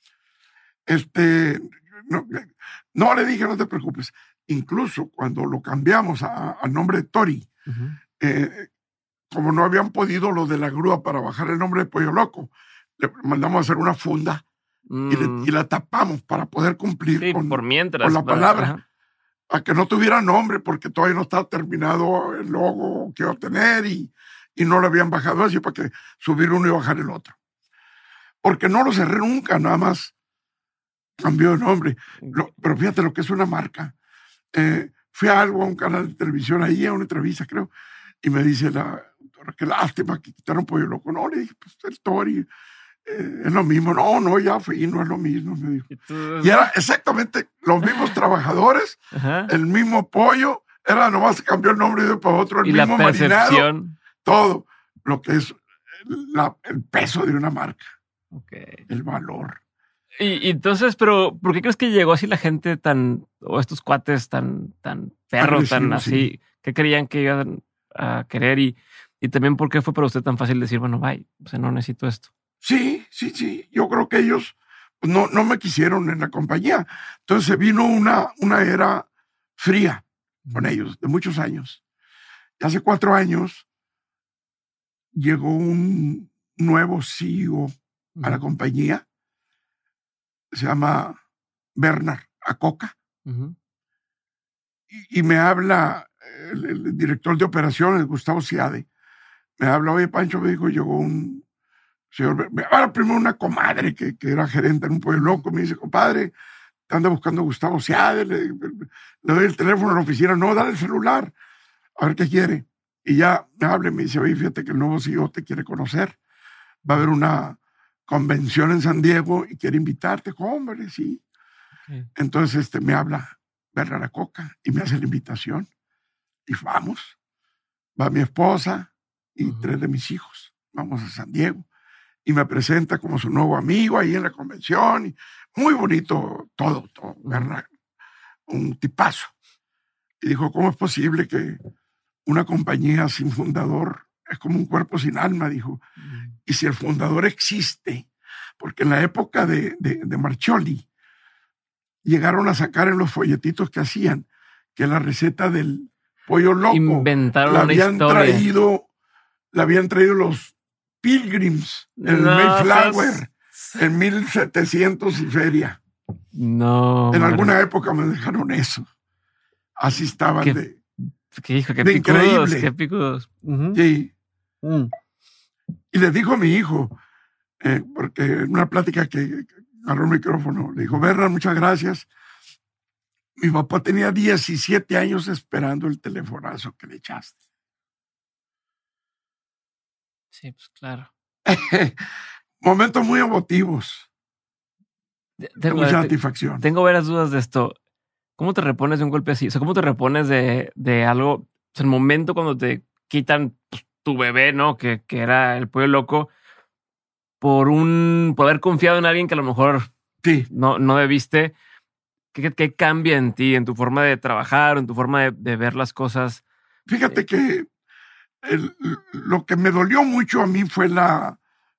No, le dije, no te preocupes. Incluso cuando lo cambiamos al nombre de Tori, como no habían podido lo de la grúa para bajar el nombre de Pollo Loco, le mandamos a hacer una funda y la tapamos para poder cumplir con la palabra. A que no tuviera nombre porque todavía no estaba terminado el logo que iba a tener y no lo habían bajado así para que subir uno y bajar el otro. Porque no lo cerré nunca, nada más cambió de nombre. Pero fíjate lo que es una marca. Fui a un canal de televisión ahí, a una entrevista creo, y me dice qué lástima que quitaron Pollo Loco. No, le dije, pues el Tori es lo mismo. No, ya fui, no es lo mismo, me dijo. Y era exactamente los mismos trabajadores, el mismo pollo, era nomás cambió el nombre de uno para otro, el mismo marinado, todo lo que es el peso de una marca, el valor. Y entonces, pero ¿por qué crees que llegó así la gente o estos cuates tan perros, tan así, sí, que creían que iban a querer? Y también, ¿por qué fue para usted tan fácil decir, bueno, bye, o sea, no necesito esto? Sí. Yo creo que ellos no me quisieron en la compañía. Entonces vino una era fría con ellos, de muchos años. Y hace 4 años llegó un nuevo CEO a la compañía. Se llama Bernard Acoca. Y me habla el director de operaciones, Gustavo Ciade. Me habla, oye, Pancho, me dijo, llegó un señor, ahora primero una comadre que era gerente en un Pollo Loco, me dice, compadre, te anda buscando Gustavo Ciade, le doy el teléfono a la oficina, no, dale el celular, a ver qué quiere. Y ya me habla y me dice, oye, fíjate que el nuevo CEO te quiere conocer, va a haber una convención en San Diego y quiere invitarte. Hombre, sí. Okay. Entonces me habla Berra Coca y me hace la invitación y vamos. Va mi esposa y 3 de mis hijos. Vamos a San Diego y me presenta como su nuevo amigo ahí en la convención. Y muy bonito todo. Berra, un tipazo. Y dijo, ¿cómo es posible que una compañía sin fundador es como un cuerpo sin alma? Dijo. Y si el fundador existe, porque en la época de Marchioli llegaron a sacar en los folletitos que hacían que la receta del Pollo Loco inventaron la habían traído los Pilgrims en el Mayflower en 1700 y feria. No. En alguna época me dejaron eso. Así estaban qué increíbles. Qué picudos. Sí. Y le dijo a mi hijo, porque en una plática que agarró el micrófono, le dijo, Berra, muchas gracias. Mi papá tenía 17 años esperando el telefonazo que le echaste. Sí, pues claro. Momentos muy emotivos. De mucha satisfacción. Tengo varias dudas de esto. ¿Cómo te repones de un golpe así? O sea, ¿cómo te repones de algo? O sea, el momento cuando te quitan pues, tu bebé, ¿no? Que era el Pollo Loco, por haber confiado en alguien que a lo mejor sí. no debiste. ¿Qué cambia en ti, en tu forma de trabajar, en tu forma de ver las cosas? Fíjate que lo que me dolió mucho a mí fue la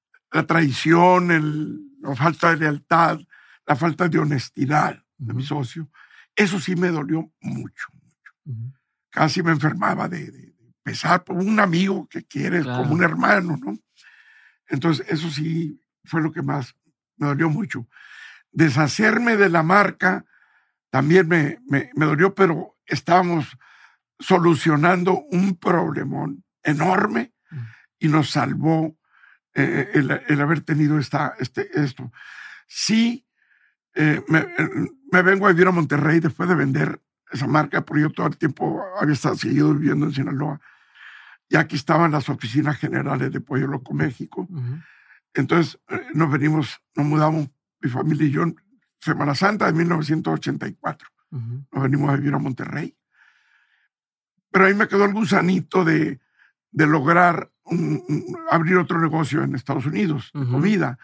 traición, la falta de lealtad, la falta de honestidad de mi socio. Eso sí me dolió mucho. Casi me enfermaba de pesar por un amigo que quieres como un hermano, ¿no? Entonces, eso sí fue lo que más me dolió mucho. Deshacerme de la marca también me dolió, pero estábamos solucionando un problemón enorme y nos salvó el haber tenido esto. Sí, me vengo a vivir a Monterrey después de vender esa marca, porque yo todo el tiempo había seguido viviendo en Sinaloa. Y aquí estaban las oficinas generales de Pollo Loco México. Entonces nos mudamos, mi familia y yo, en Semana Santa de 1984. Nos venimos a vivir a Monterrey. Pero ahí me quedó el gusanito de lograr abrir otro negocio en Estados Unidos, de comida.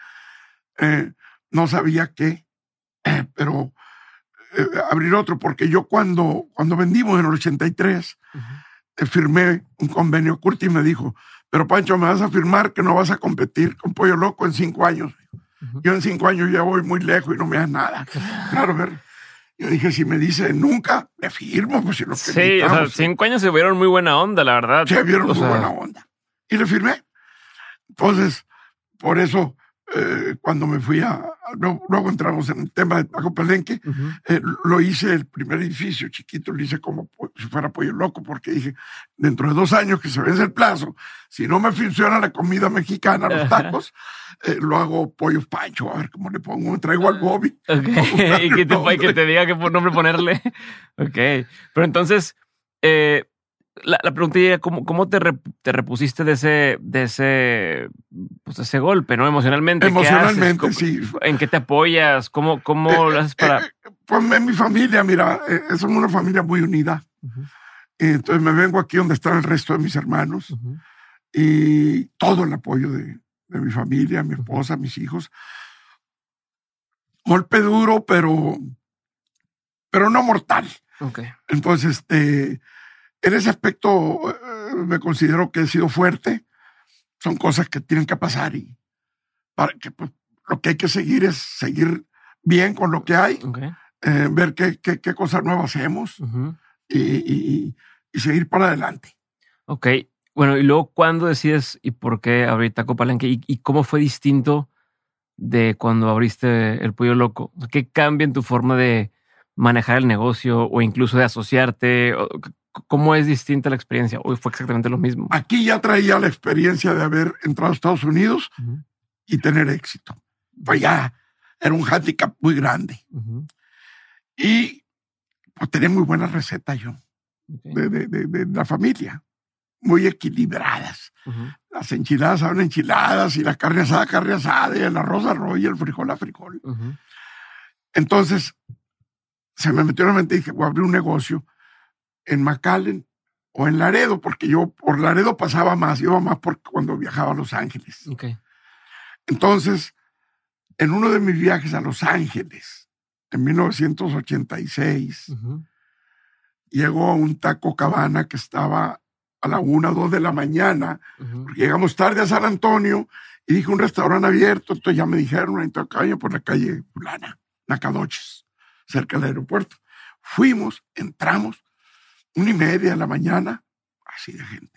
No sabía qué, pero abrir otro, porque yo cuando vendimos en el 83, firmé un convenio. Curti me dijo, pero Pancho, me vas a firmar que no vas a competir con Pollo Loco en 5 años. Yo en 5 años ya voy muy lejos y no me das nada. Claro, ver. Yo dije, si me dice nunca, le firmo. Pues si lo sí, o sea, 5 años se vieron muy buena onda, la verdad. Se vieron muy buena onda. Y le firmé. Entonces, por eso, cuando me fui luego entramos en el tema de Taco Palenque, lo hice, el primer edificio chiquito, lo hice como si fuera Pollo Loco, porque dije, dentro de 2 años que se vence el plazo, si no me funciona la comida mexicana, los tacos, lo hago Pollo Pancho, a ver cómo le pongo, me traigo al Bobby. Okay. Y que te diga qué nombre ponerle. Ok. Pero entonces, la pregunta era ¿cómo te repusiste de ese golpe, ¿no? Emocionalmente. Emocionalmente, sí. ¿En qué te apoyas? ¿Cómo lo haces para...? Pues en mi familia, mira, somos una familia muy unida. Entonces me vengo aquí donde están el resto de mis hermanos y todo el apoyo de mi familia, mi esposa, mis hijos. Golpe duro, pero no mortal. Okay. Entonces, en ese aspecto me considero que he sido fuerte. Son cosas que tienen que pasar y para que pues, lo que hay que seguir es seguir bien con lo que hay, ver qué cosas nuevas hacemos y seguir para adelante. Ok. Bueno, y luego, ¿cuándo decides y por qué abrir Taco Palenque? ¿Y cómo fue distinto de cuando abriste el Pollo Loco? ¿Qué cambia en tu forma de manejar el negocio o incluso de asociarte? ¿Cómo es distinta la experiencia? ¿O fue exactamente lo mismo? Aquí ya traía la experiencia de haber entrado a Estados Unidos y tener éxito. Pues ya era un hándicap muy grande. Y pues tenía muy buenas recetas yo, de la familia, muy equilibradas. Las enchiladas saben enchiladas, y la carne asada, y el arroz y el frijol a frijol. Entonces, se me metió en la mente y dije, voy a abrir un negocio en McAllen o en Laredo, porque yo por Laredo pasaba más, iba más cuando viajaba a Los Ángeles. Entonces, en uno de mis viajes a Los Ángeles, en 1986, llegó a un Taco Cabana que estaba a la 1 o 2 de la mañana, porque llegamos tarde a San Antonio, y dije un restaurante abierto. Entonces ya me dijeron, en Tocaño, por la calle Fulana, Nacadoches, cerca del aeropuerto. Fuimos, entramos, 1:30 de la mañana, así de gente.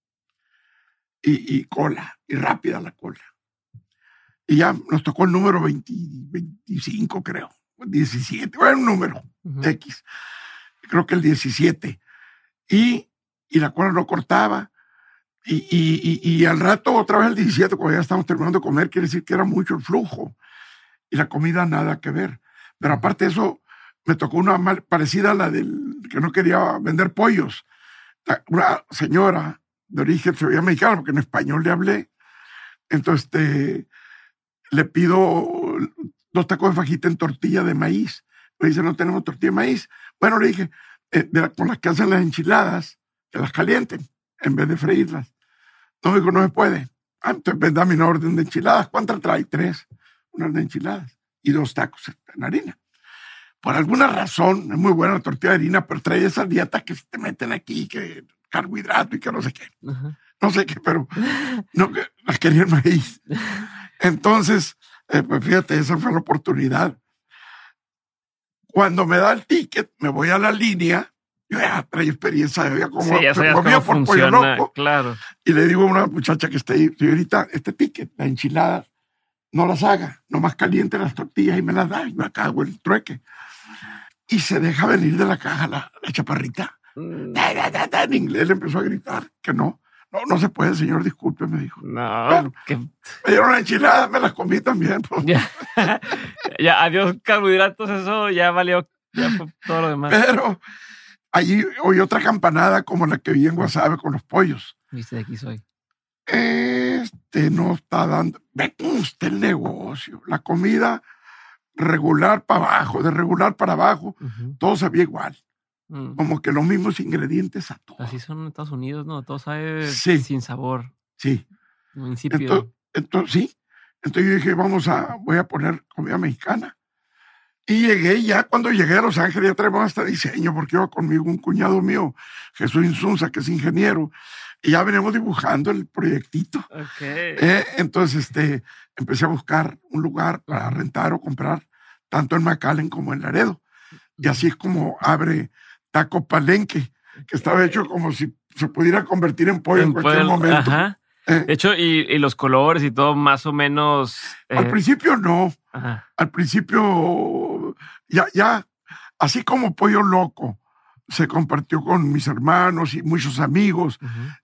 Y cola, y rápida la cola. Y ya nos tocó el número 25, creo, 17, bueno, un número X. Creo que el 17. Y la cola no cortaba. Y al rato otra vez el 17, cuando ya estamos terminando de comer, quiere decir que era mucho el flujo. Y la comida nada que ver. Pero aparte de eso, me tocó una parecida a la del que no quería vender pollos. Una señora de origen se veía mexicana, porque en español le hablé. Entonces le pido 2 tacos de fajita en tortilla de maíz. Me dice, no tenemos tortilla de maíz. Bueno, le dije, con las que hacen las enchiladas, que las calienten en vez de freírlas. No, digo, no se puede. Entonces vendame una orden de enchiladas. ¿Cuántas trae? 3. Unas de enchiladas y 2 tacos en harina. Por alguna razón, es muy buena la tortilla de harina, pero trae esas dietas que se te meten aquí, que carbohidrato y que no sé qué. No sé qué, pero no, que las quería en maíz. Entonces, pues fíjate, esa fue la oportunidad. Cuando me da el ticket, me voy a la línea. Yo ya traía experiencia, había como comía por Pollo Loco. Claro. Y le digo a una muchacha que está ahí, señorita, este ticket, la enchilada, no las haga, nomás caliente las tortillas y me las da, y me acabo el trueque. Y se deja venir de la caja la chaparrita. En inglés le empezó a gritar que no se puede, señor, disculpe, me dijo. No. Bueno, me dieron la enchilada, me las comí también. Pues. Ya, adiós carbohidratos, eso ya valió, ya fue todo lo demás. Pero allí oí otra campanada como la que vi en Guasave con los pollos. Viste, de aquí soy. No está dando. Ve con usted el negocio. La comida regular para abajo, de regular para abajo, todo sabía igual. Como que los mismos ingredientes a todos. Así son en Estados Unidos, ¿no? Todo sabe sin sabor. Sí. Insípido. Entonces, sí. Entonces yo dije, voy a poner comida mexicana. Y llegué, ya cuando llegué a Los Ángeles ya traemos hasta diseño, porque iba conmigo un cuñado mío, Jesús Insunza, que es ingeniero, y ya venimos dibujando el proyectito. Entonces empecé a buscar un lugar para rentar o comprar, tanto en McAllen como en Laredo. Y así es como abre Taco Palenque, que estaba hecho como si se pudiera convertir en pollo en cualquier momento. De hecho, y los colores y todo más o menos... Al principio no. Al principio ya, así como Pollo Loco se compartió con mis hermanos y muchos amigos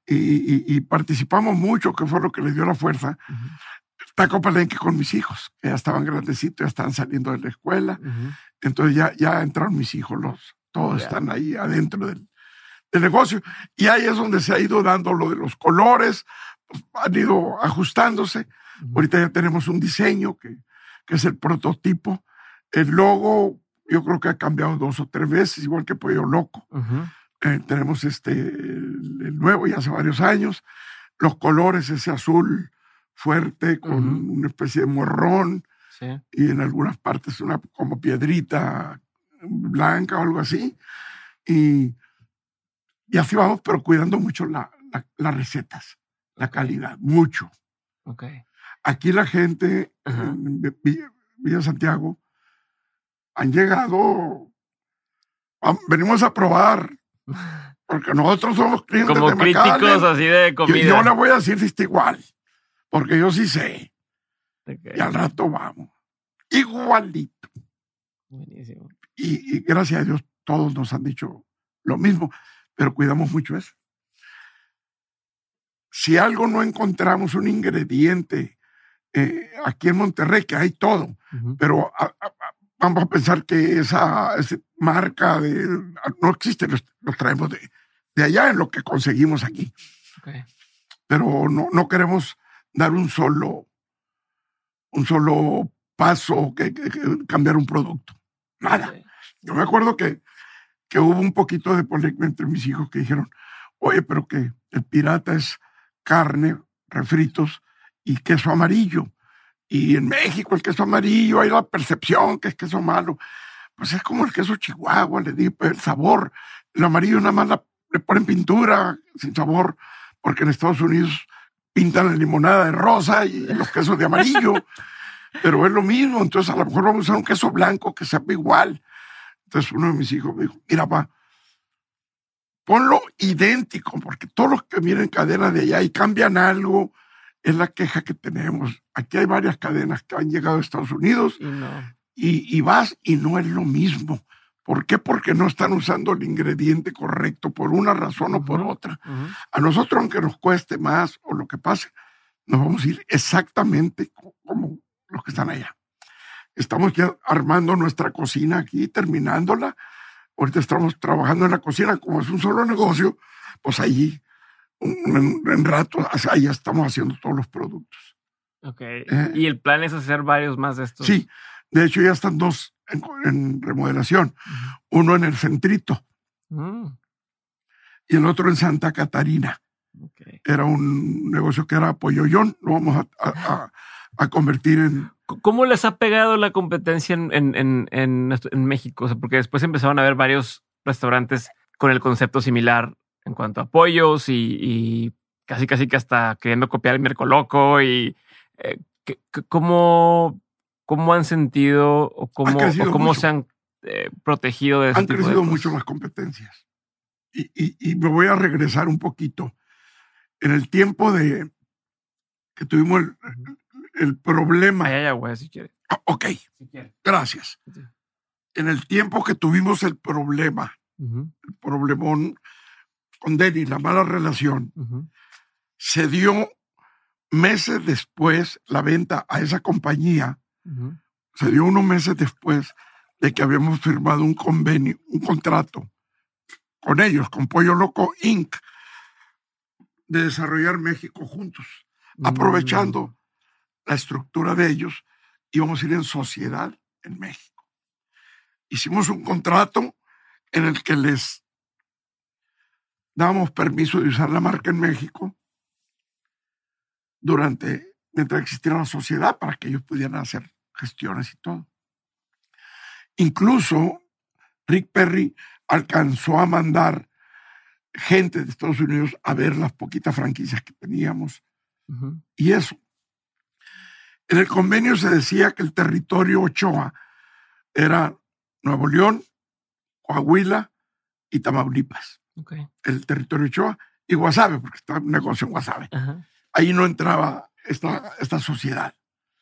y participamos mucho, que fue lo que le dio la fuerza. Taco Palenque con mis hijos, que ya estaban grandecitos, ya estaban saliendo de la escuela. Entonces ya entraron mis hijos, todos están ahí adentro del negocio. Y ahí es donde se ha ido dando lo de los colores, pues, han ido ajustándose. Ahorita ya tenemos un diseño que es el prototipo. El logo, yo creo que ha cambiado 2 o 3 veces, igual que Pollo Loco. Tenemos el nuevo ya hace varios años. Los colores, ese azul fuerte con una especie de morrón. Sí. Y en algunas partes una como piedrita blanca o algo así. Y así vamos, pero cuidando mucho las recetas, la calidad, mucho. Aquí la gente en Villa Santiago han llegado, venimos a probar, porque nosotros somos clientes como de críticos McAllen, así de comida. Yo le voy a decir si está igual, porque yo sí sé. Y al rato vamos. Igualito. Buenísimo. Y gracias a Dios todos nos han dicho lo mismo, pero cuidamos mucho eso. Si algo no encontramos un ingrediente aquí en Monterrey, que hay todo, pero vamos a pensar que esa marca no existe, los traemos de allá en lo que conseguimos aquí. Okay. Pero no queremos dar un solo paso que cambiar un producto. Nada. Okay. Yo me acuerdo que hubo un poquito de polémica entre mis hijos que dijeron, oye, pero que el pirata es carne, refritos y queso amarillo. Y en México el queso amarillo hay la percepción que es queso malo. Pues es como el queso Chihuahua, le digo, el sabor. El amarillo nada más le ponen pintura sin sabor, porque en Estados Unidos pintan la limonada de rosa y los quesos de amarillo. Pero es lo mismo, entonces a lo mejor vamos a usar un queso blanco que sepa igual. Entonces uno de mis hijos me dijo, mira, pa, ponlo idéntico, porque todos los que vienen cadenas de allá y cambian algo, es la queja que tenemos. Aquí hay varias cadenas que han llegado a Estados Unidos y vas y no es lo mismo. ¿Por qué? Porque no están usando el ingrediente correcto por una razón o por otra. A nosotros, aunque nos cueste más o lo que pase, nos vamos a ir exactamente como los que están allá. Estamos ya armando nuestra cocina aquí, terminándola. Ahorita estamos trabajando en la cocina, como es un solo negocio, pues allí, en rato, ahí estamos haciendo todos los productos. Ok. ¿Y el plan es hacer varios más de estos? Sí, de hecho ya están dos en remodelación. Uno en el Centrito y el otro en Santa Catarina. Okay. Era un negocio que era polloyón, lo vamos a convertir en... ¿Cómo les ha pegado la competencia en México? O sea, porque después empezaron a haber varios restaurantes con el concepto similar en cuanto a pollos y casi que hasta queriendo copiar el Mercoloco. Y ¿cómo han sentido o cómo se han protegido de ese tipo de cosas? Han crecido mucho las competencias. Y me voy a regresar un poquito. En el tiempo que tuvimos el problema. Hay agua, si quieres. Ok, si quiere. Gracias. Sí. En el tiempo que tuvimos el problema, el problemón con Denny, la mala relación, se dio meses después la venta a esa compañía, se dio unos meses después de que habíamos firmado un convenio, un contrato con ellos, con Pollo Loco Inc., de desarrollar México juntos, aprovechando la estructura de ellos, íbamos a ir en sociedad en México. Hicimos un contrato en el que les dábamos permiso de usar la marca en México mientras existiera la sociedad, para que ellos pudieran hacer gestiones y todo. Incluso Rick Perry alcanzó a mandar gente de Estados Unidos a ver las poquitas franquicias que teníamos. Y eso. En el convenio se decía que el territorio Ochoa era Nuevo León, Coahuila y Tamaulipas. Okay. El territorio Ochoa y Guasave, porque estaba un negocio en Guasave. Ahí no entraba esta sociedad.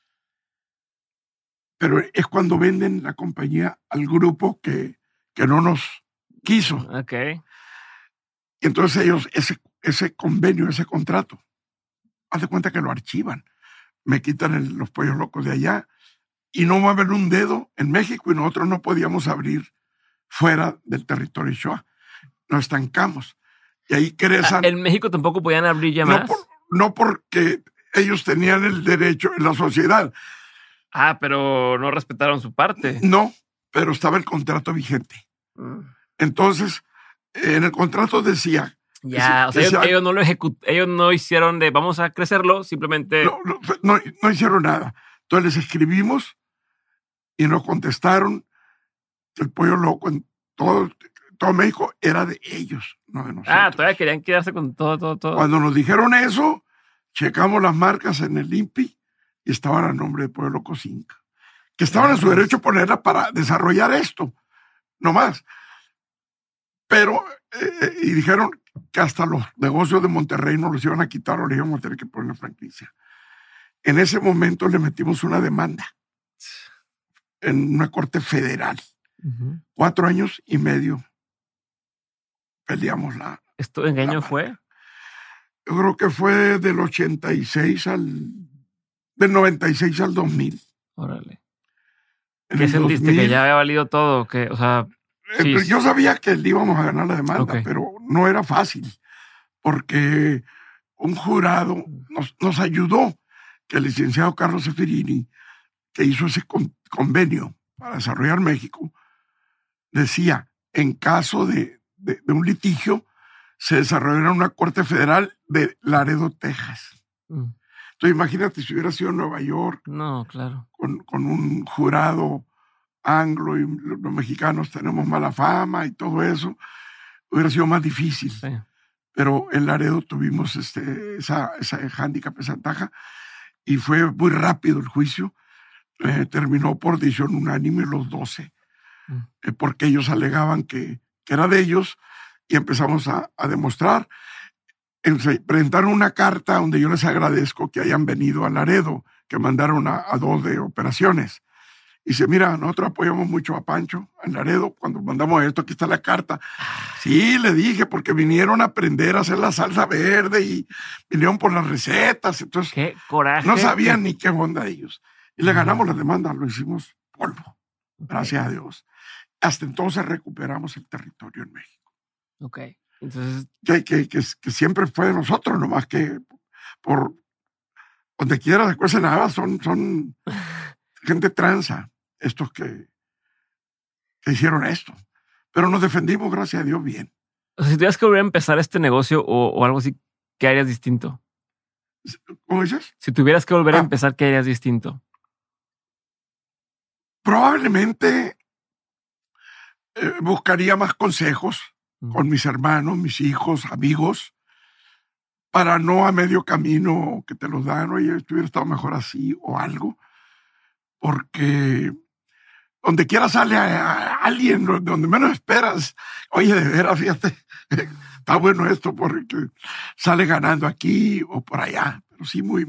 Pero es cuando venden la compañía al grupo que no nos quiso. Okay. Y entonces ellos, ese convenio, ese contrato, haz de cuenta que lo archivan. Me quitan los pollos locos de allá y no mueven un dedo en México, y nosotros no podíamos abrir fuera del territorio Ochoa. Nos estancamos. Y ahí crecen. ¿En México tampoco podían abrir ya más? No, porque ellos tenían el derecho en la sociedad. Pero no respetaron su parte. No, pero estaba el contrato vigente. Entonces, en el contrato decía... Ya, o sea, ellos no lo ellos no hicieron de vamos a crecerlo, simplemente... No hicieron nada. Entonces les escribimos y nos contestaron que el Pollo Loco en todo México era de ellos, no de nosotros. Todavía querían quedarse con todo. Cuando nos dijeron eso, checamos las marcas en el INPI y estaban a nombre de Pollo Loco Inc., que estaban en su derecho a ponerla para desarrollar esto, no más. Pero, y dijeron que hasta los negocios de Monterrey nos los iban a quitar o le íbamos a tener que poner franquicia. En ese momento le metimos una demanda en una corte federal. 4 años y medio peleamos la... ¿Esto en qué año fue? Yo creo que fue del 86 del 96 al 2000. Órale. ¿Qué sentiste? 2000, ¿que ya había valido todo? Que, o sea, sí. Yo sabía que le íbamos a ganar la demanda, pero no era fácil, porque un jurado nos ayudó, que el licenciado Carlos Seferini, que hizo ese convenio para desarrollar México, decía, en caso de un litigio, se desarrollará en una corte federal de Laredo, Texas. Entonces, imagínate si hubiera sido en Nueva York. No, claro. Con un jurado anglo, y los mexicanos tenemos mala fama y todo eso, hubiera sido más difícil. Sí. Pero en Laredo tuvimos esa hándicap, esa ventaja, y fue muy rápido el juicio. Terminó por decisión unánime los 12, porque ellos alegaban que era de ellos, y empezamos a demostrar. Presentaron una carta donde yo les agradezco que hayan venido a Laredo, que mandaron a 2 de operaciones. Y dice, mira, nosotros apoyamos mucho a Pancho en Laredo cuando mandamos esto, aquí está la carta. Sí, le dije, porque vinieron a aprender a hacer la salsa verde y vinieron por las recetas. Entonces, qué coraje. No sabían ni qué onda ellos. Y le ganamos la demanda, lo hicimos polvo, gracias a Dios. Hasta entonces recuperamos el territorio en México. Ok. Entonces, que siempre fue de nosotros, nomás que por donde quiera se cuecen habas, son gente tranza, estos que hicieron esto. Pero nos defendimos, gracias a Dios, bien. O sea, si tuvieras que volver a empezar este negocio o algo así, ¿qué harías distinto? ¿Cómo dices? Si tuvieras que volver a empezar, ¿qué harías distinto? Probablemente buscaría más consejos con mis hermanos, mis hijos, amigos, para no a medio camino que te los dan, oye, hubiera estado mejor así o algo, porque donde quiera sale a alguien, donde menos esperas, oye, de veras, fíjate, está bueno esto porque sale ganando aquí o por allá, pero sí muy...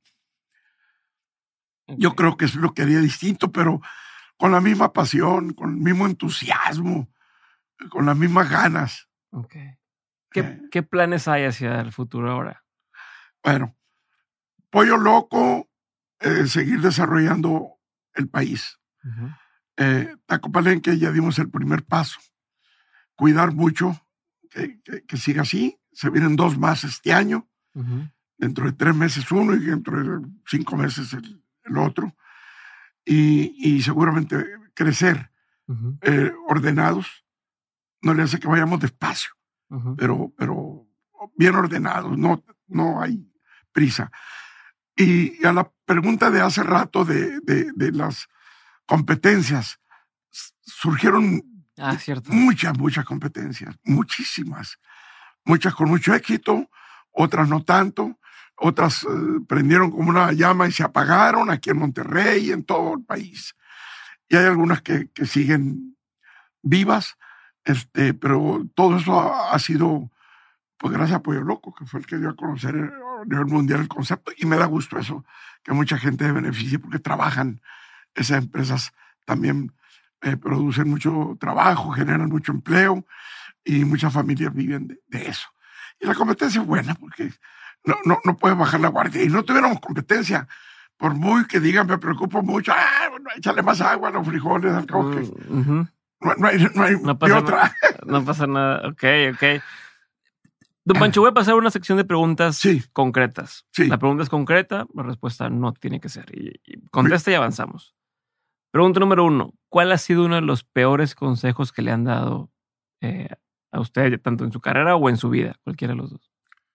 Yo creo que es lo que haría distinto, pero con la misma pasión, con el mismo entusiasmo, con las mismas ganas. Okay. ¿Qué planes hay hacia el futuro ahora? Bueno, Pollo Loco, seguir desarrollando el país. Taco Palenque ya dimos el primer paso. Cuidar mucho, que siga así. Se vienen 2 más este año. Dentro de 3 meses uno y dentro de 5 meses el otro. Y seguramente crecer ordenados. No le hace que vayamos despacio, pero bien ordenados, no hay prisa. Y a la pregunta de hace rato de las competencias, surgieron muchas competencias, muchísimas. Muchas con mucho éxito, otras no tanto, otras prendieron como una llama y se apagaron aquí en Monterrey, en todo el país. Y hay algunas que siguen vivas. Pero todo eso ha sido, pues gracias a Pollo Loco, que fue el que dio a conocer a nivel mundial el concepto, y me da gusto eso, que mucha gente se beneficie porque trabajan, esas empresas también producen mucho trabajo, generan mucho empleo, y muchas familias viven de eso. Y la competencia es buena, porque no puedes bajar la guardia, y no tuviéramos competencia, por muy que digan, me preocupo mucho, bueno, échale más agua a los frijoles, al cabo que... No pasa otra. No pasa nada. Ok. Don Pancho, voy a pasar a una sección de preguntas concretas. Sí. La pregunta es concreta, la respuesta no tiene que ser. Y contesta y avanzamos. Pregunta número 1. ¿Cuál ha sido uno de los peores consejos que le han dado a usted, tanto en su carrera o en su vida? Cualquiera de los dos.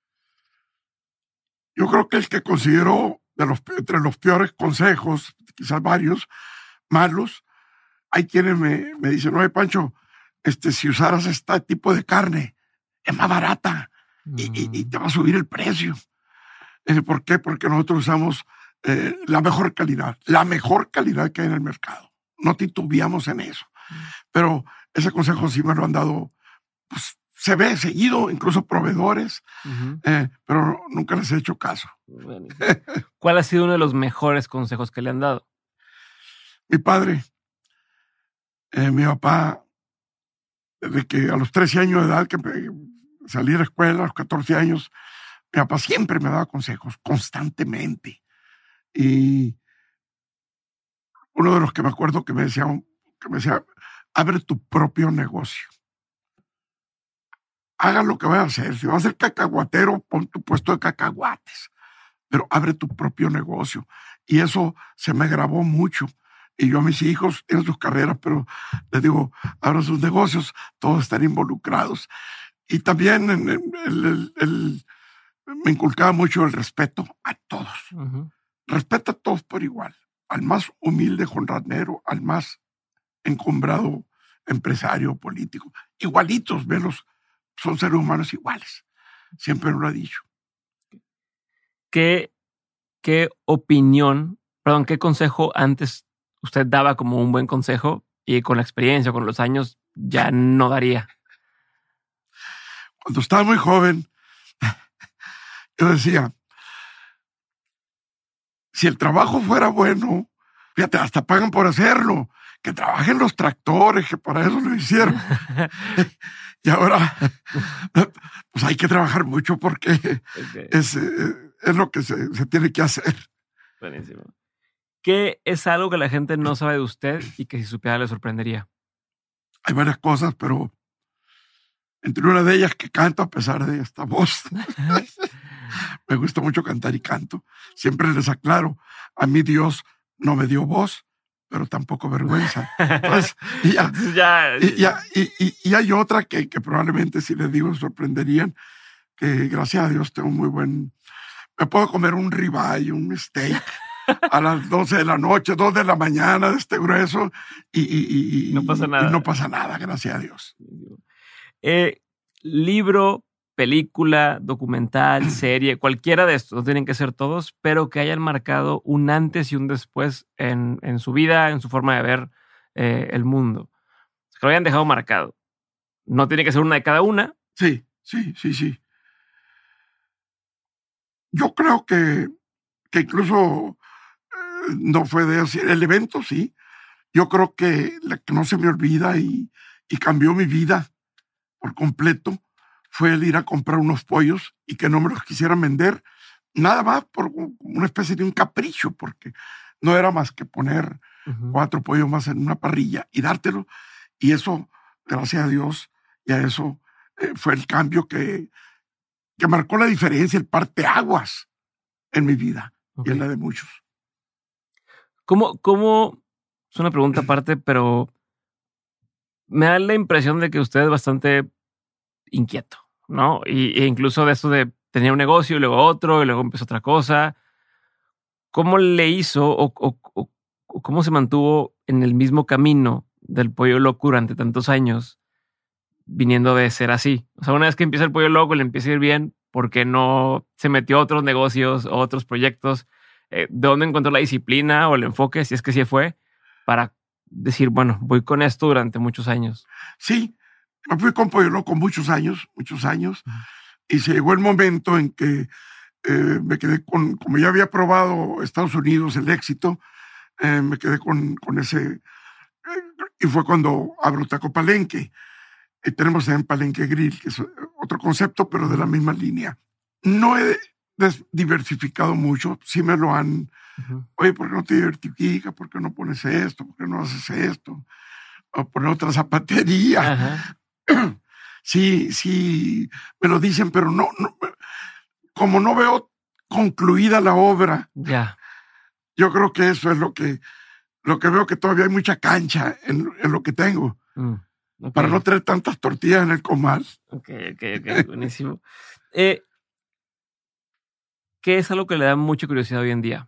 Yo creo que el que considero entre los peores consejos, quizás varios, malos, hay quienes me dicen, oye, Pancho, si usaras este tipo de carne, es más barata y te va a subir el precio. ¿Por qué? Porque nosotros usamos la mejor calidad que hay en el mercado. No titubeamos en eso. Pero ese consejo sí me lo han dado, pues, se ve seguido, incluso proveedores, pero nunca les he hecho caso. ¿Cuál ha sido uno de los mejores consejos que le han dado? Mi padre Mi papá, desde que a los 13 años de edad, que salí de la escuela, a los 14 años, mi papá siempre me daba consejos, constantemente. Y uno de los que me acuerdo que me decía, abre tu propio negocio. Haga lo que vayas a hacer. Si vas a ser cacahuatero, pon tu puesto de cacahuates. Pero abre tu propio negocio. Y eso se me grabó mucho. Y yo a mis hijos tienen sus carreras, pero les digo, abran sus negocios, todos están involucrados. Y también me inculcaba mucho el respeto a todos. Uh-huh. Respeta a todos por igual. Al más humilde jonranero, al más encumbrado empresario político. Igualitos, velos, son seres humanos iguales. Siempre lo he dicho. ¿Qué consejo antes usted daba como un buen consejo y con la experiencia, con los años, ya no daría? Cuando estaba muy joven, yo decía, si el trabajo fuera bueno, fíjate, hasta pagan por hacerlo, que trabajen los tractores, que para eso lo hicieron. Y ahora, pues hay que trabajar mucho porque okay. es lo que se tiene que hacer. Buenísimo. ¿Qué es algo que la gente no sabe de usted y que si supiera le sorprendería? Hay varias cosas, pero entre una de ellas que canto a pesar de esta voz. Me gusta mucho cantar y canto. Siempre les aclaro, a mí Dios no me dio voz, pero tampoco vergüenza. Entonces, y hay otra que probablemente si les digo sorprenderían, que gracias a Dios tengo muy buen... Me puedo comer un ribeye, un steak a las 12 de la noche, 2 de la mañana de este grueso y no pasa nada. Y no pasa nada, gracias a Dios. Libro, película, documental, serie, cualquiera de estos, no tienen que ser todos, pero que hayan marcado un antes y un después en su vida, en su forma de ver el mundo. Que lo hayan dejado marcado. No tiene que ser una de cada una. Sí. Yo creo que incluso no fue de así. El evento, sí. Yo creo que la que no se me olvida y cambió mi vida por completo fue el ir a comprar unos pollos y que no me los quisieran vender, nada más por una especie de un capricho, porque no era más que poner 4 pollos más en una parrilla y dártelo. Y eso, gracias a Dios, y a eso fue el cambio que marcó la diferencia, el parteaguas en mi vida y en la de muchos. ¿Cómo? Es una pregunta aparte, pero me da la impresión de que usted es bastante inquieto, ¿no? E incluso de esto de tener un negocio y luego otro y luego empezó otra cosa. ¿Cómo le hizo o cómo se mantuvo en el mismo camino del Pollo Loco durante tantos años, viniendo de ser así? O sea, una vez que empieza el Pollo Loco y le empieza a ir bien, ¿por qué no se metió a otros negocios o otros proyectos? ¿De dónde encontró la disciplina o el enfoque, si es que sí fue, para decir, bueno, voy con esto durante muchos años? Sí, me fui con Pollo Loco muchos años, y se llegó el momento en que me quedé como ya había probado Estados Unidos el éxito, me quedé con ese, y fue cuando abro Taco Palenque. Tenemos en Palenque Grill, que es otro concepto, pero de la misma línea. No he diversificado mucho, sí me lo han, oye, ¿por qué no te diversificas? ¿Por qué no pones esto? ¿Por qué no haces esto? O poner otra zapatería. Sí, me lo dicen, pero no, como no veo concluida la obra, yo creo que eso es lo que veo, que todavía hay mucha cancha en lo que tengo. Para no tener tantas tortillas en el comal. Ok, buenísimo. ¿Qué es algo que le da mucha curiosidad hoy en día?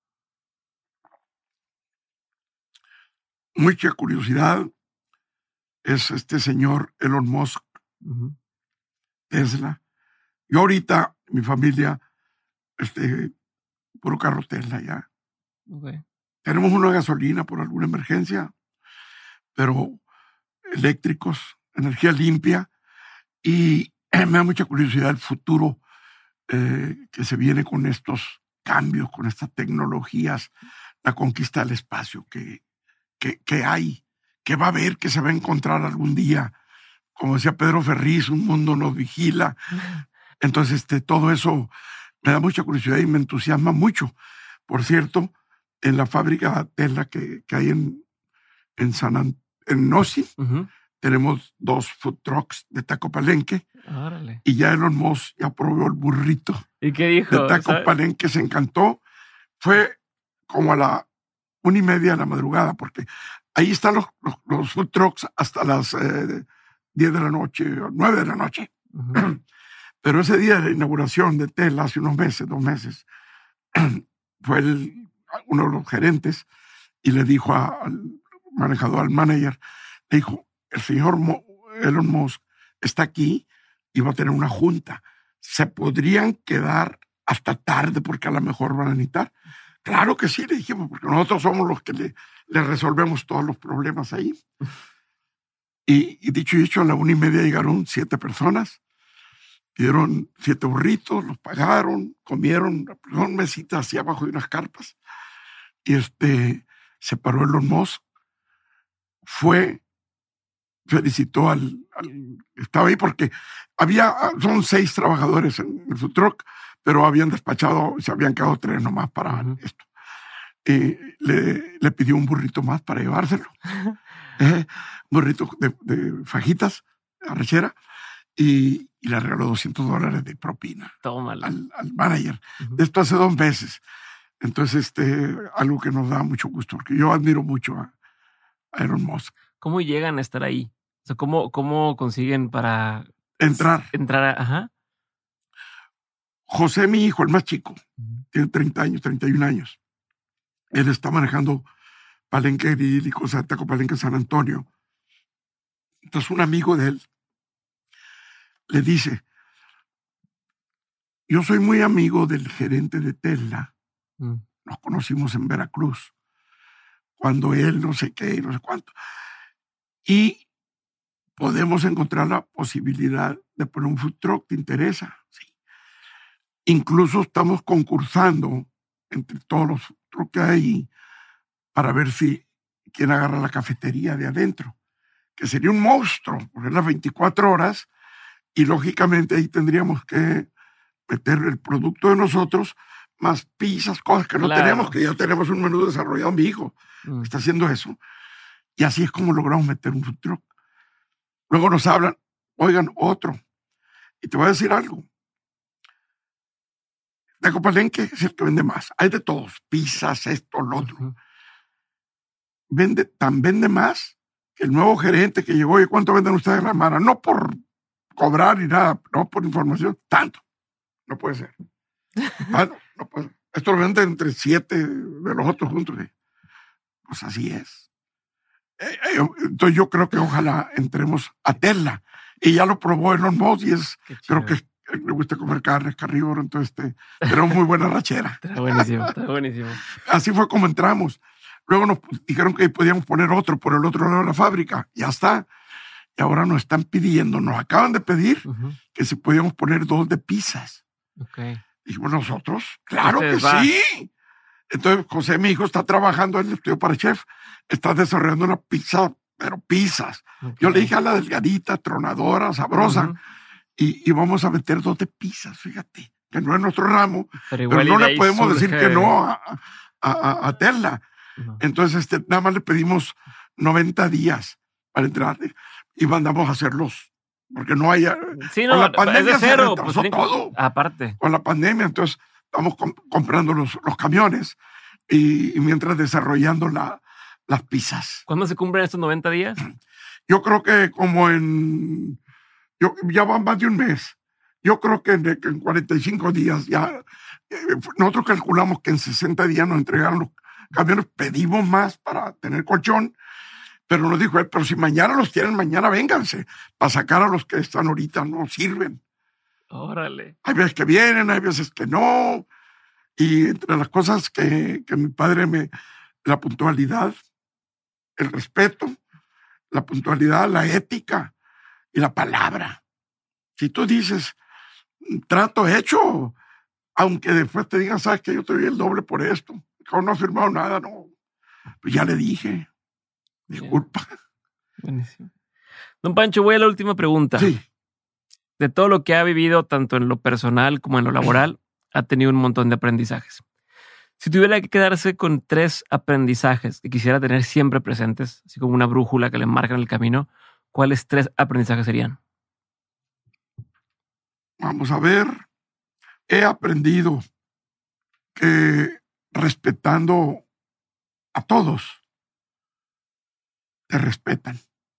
Mucha curiosidad es este señor Elon Musk, Tesla. Yo ahorita, mi familia, puro carro Tesla ya. Tenemos una gasolina por alguna emergencia, pero eléctricos, energía limpia, y me da mucha curiosidad el futuro que se viene con estos cambios, con estas tecnologías, la conquista del espacio que hay, que va a haber, que se va a encontrar algún día. Como decía Pedro Ferriz, un mundo nos vigila. Entonces, todo eso me da mucha curiosidad y me entusiasma mucho. Por cierto, en la fábrica Tesla que hay en Austin, tenemos 2 food trucks de Taco Palenque. Órale. Y ya Elon Musk ya probó el burrito. ¿Y qué dijo? De Taco Palenque, se encantó. Fue como a la 1:30 de la madrugada, porque ahí están los food trucks hasta las 10 de la noche, 9 de la noche. Pero ese día de la inauguración de Tesla, hace unos meses, 2 meses, fue uno de los gerentes y le dijo al manejador, al manager, le dijo, el señor Elon Musk está aquí y va a tener una junta. ¿Se podrían quedar hasta tarde porque a lo mejor van a necesitar? Claro que sí, le dijimos, porque nosotros somos los que le resolvemos todos los problemas ahí. Y dicho y hecho, a la 1:30 llegaron 7 personas, pidieron 7 burritos, los pagaron, comieron, son mesitas así abajo de unas carpas. Y se paró Elon Musk, felicitó estaba ahí porque son 6 trabajadores en el food truck, pero habían despachado, se habían quedado 3 nomás para esto. Le pidió un burrito más para llevárselo. Un burrito de fajitas, arrachera, y le regaló $200 de propina. Tómala. Al manager. Esto hace 2 meses. Entonces, algo que nos da mucho gusto, porque yo admiro mucho a Elon Musk. ¿Cómo llegan a estar ahí? O sea, ¿cómo consiguen para entrar? Ajá. José, mi hijo, el más chico, tiene 30 años, 31 años. Él está manejando Palenque y cosas de Taco Palenque en San Antonio. Entonces, un amigo de él le dice, yo soy muy amigo del gerente de Tesla. Nos conocimos en Veracruz, cuando él no sé qué y no sé cuánto. Y podemos encontrar la posibilidad de poner un food truck, ¿te interesa? Sí. Incluso estamos concursando entre todos los food trucks que hay para ver quién agarra la cafetería de adentro, que sería un monstruo, porque es las 24 horas y lógicamente ahí tendríamos que meter el producto de nosotros, más pizzas, cosas que no tenemos, que ya tenemos un menú desarrollado. Mi hijo está haciendo eso. Y así es como logramos meter un food truck. Luego nos hablan, oigan, otro. Y te voy a decir algo. Taco Palenque es el que vende más. Hay de todos, pizzas, esto, lo otro. Vende más que el nuevo gerente que llegó. ¿Y cuánto venden ustedes, Ramara? No por cobrar ni nada, no por información, tanto. No puede ser. No puede ser. Esto lo venden entre 7 de los otros juntos. Pues así es. Entonces yo creo que ojalá entremos a Tesla. Y ya lo probó Elon Musk y creo que le gusta comer carne, es carnívoro, entonces era muy buena rachera. Está buenísimo, está buenísimo. Así fue como entramos. Luego nos dijeron que podíamos poner otro por el otro lado de la fábrica. Ya está. Y ahora nos están pidiendo, nos acaban de pedir que si podíamos poner 2 de pizzas. Dijimos nosotros, claro que sí. Entonces José, mi hijo, está trabajando en el estudio para chef, está desarrollando una pizza, pero pizzas. Yo le dije a la delgadita, tronadora, sabrosa, y vamos a meter 2 de pizzas, fíjate, que no es nuestro ramo, pero no le podemos decir que no a Tesla. Entonces nada más le pedimos 90 días para entrar y mandamos a hacerlos, porque no hay... Sí, no, la pandemia es de cero, se retrasó todo. Aparte. Con la pandemia, entonces estamos comprando los camiones y mientras desarrollando las pizzas. ¿Cuándo se cumplen estos 90 días? Yo creo que ya van más de un mes. Yo creo que en 45 días ya. Nosotros calculamos que en 60 días nos entregaron los camiones. Pedimos más para tener colchón, pero nos dijo, pero si mañana los tienen, mañana vénganse para sacar a los que están ahorita, no sirven. Órale. Hay veces que vienen, hay veces que no. Y entre las cosas que mi padre la puntualidad, el respeto, la puntualidad, la ética y la palabra. Si tú dices, trato hecho, aunque después te digan, sabes que yo te doy el doble por esto, no ha firmado nada, no. Pues ya le dije, disculpa. Buenísimo. Don Pancho, voy a la última pregunta. Sí. De todo lo que ha vivido, tanto en lo personal como en lo laboral, ha tenido un montón de aprendizajes. Si tuviera que quedarse con 3 aprendizajes que quisiera tener siempre presentes, así como una brújula que le marcan el camino, ¿cuáles 3 aprendizajes serían? Vamos a ver. He aprendido que respetando a todos, te respetan.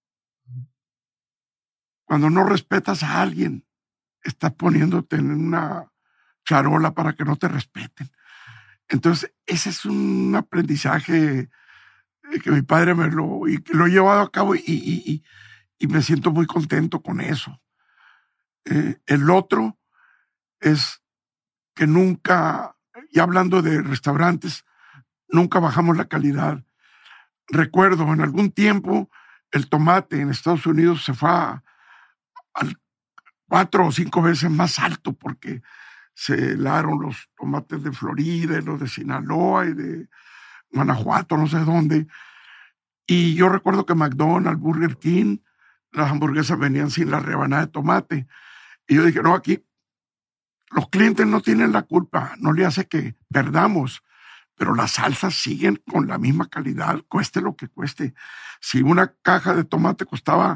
Cuando no respetas a alguien, estás poniéndote en una charola para que no te respeten. Entonces, ese es un aprendizaje que mi padre lo he llevado a cabo y me siento muy contento con eso. El otro es que nunca, y hablando de restaurantes, nunca bajamos la calidad. Recuerdo, en algún tiempo, el tomate en Estados Unidos se fue al 4 o 5 veces más alto porque se helaron los tomates de Florida, y los de Sinaloa y de Guanajuato, no sé dónde. Y yo recuerdo que McDonald's, Burger King, las hamburguesas venían sin la rebanada de tomate. Y yo dije, no, aquí los clientes no tienen la culpa, no le hace que perdamos, pero las salsas siguen con la misma calidad, cueste lo que cueste. Si una caja de tomate costaba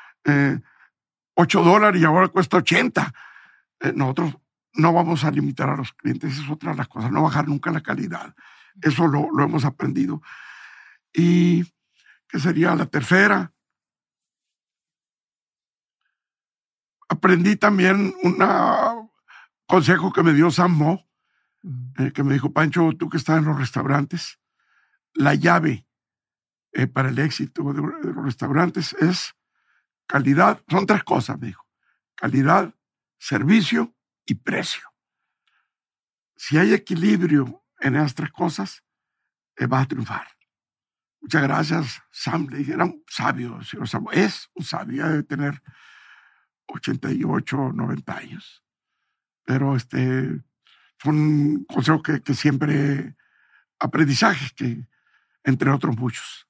$8 y ahora cuesta 80, nosotros no vamos a limitar a los clientes. Esa es otra de las cosas, no bajar nunca la calidad. Eso lo hemos aprendido. Y ¿qué sería la tercera? Aprendí también un consejo que me dio Sam Mo, que me dijo, Pancho, tú que estás en los restaurantes, la llave para el éxito de los restaurantes es calidad. Son 3 cosas, me dijo: calidad, servicio y precio. Si hay equilibrio en esas 3 cosas, vas a triunfar. Muchas gracias, Sam. Le dije, era un sabio, señor Sam. Es un sabio, debe tener 88, 90 años. Pero son consejos que siempre, aprendizajes que, entre otros muchos.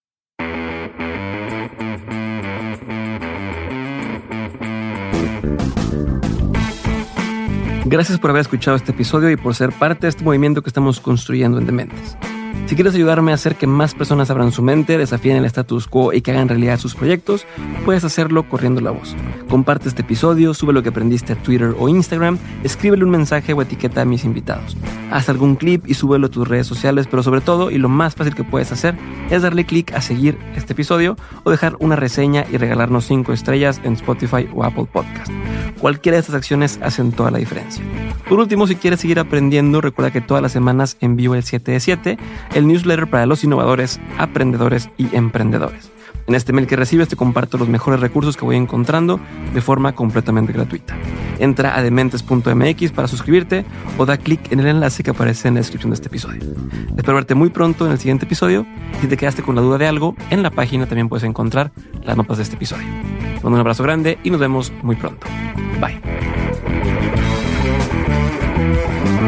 Gracias por haber escuchado este episodio y por ser parte de este movimiento que estamos construyendo en Dementes. Si quieres ayudarme a hacer que más personas abran su mente, desafíen el status quo y que hagan realidad sus proyectos, puedes hacerlo corriendo la voz. Comparte este episodio, sube lo que aprendiste a Twitter o Instagram, escríbele un mensaje o etiqueta a mis invitados. Haz algún clip y súbelo a tus redes sociales, pero sobre todo, y lo más fácil que puedes hacer, es darle clic a seguir este episodio o dejar una reseña y regalarnos 5 estrellas en Spotify o Apple Podcast. Cualquiera de estas acciones hacen toda la diferencia. Por último, si quieres seguir aprendiendo, recuerda que todas las semanas envío el 7 de 7, el newsletter para los innovadores, aprendedores y emprendedores. En este mail que recibes te comparto los mejores recursos que voy encontrando de forma completamente gratuita. Entra a dementes.mx para suscribirte o da clic en el enlace que aparece en la descripción de este episodio. Espero verte muy pronto en el siguiente episodio. Si te quedaste con la duda de algo, en la página también puedes encontrar las notas de este episodio. Te mando un abrazo grande y nos vemos muy pronto. Bye.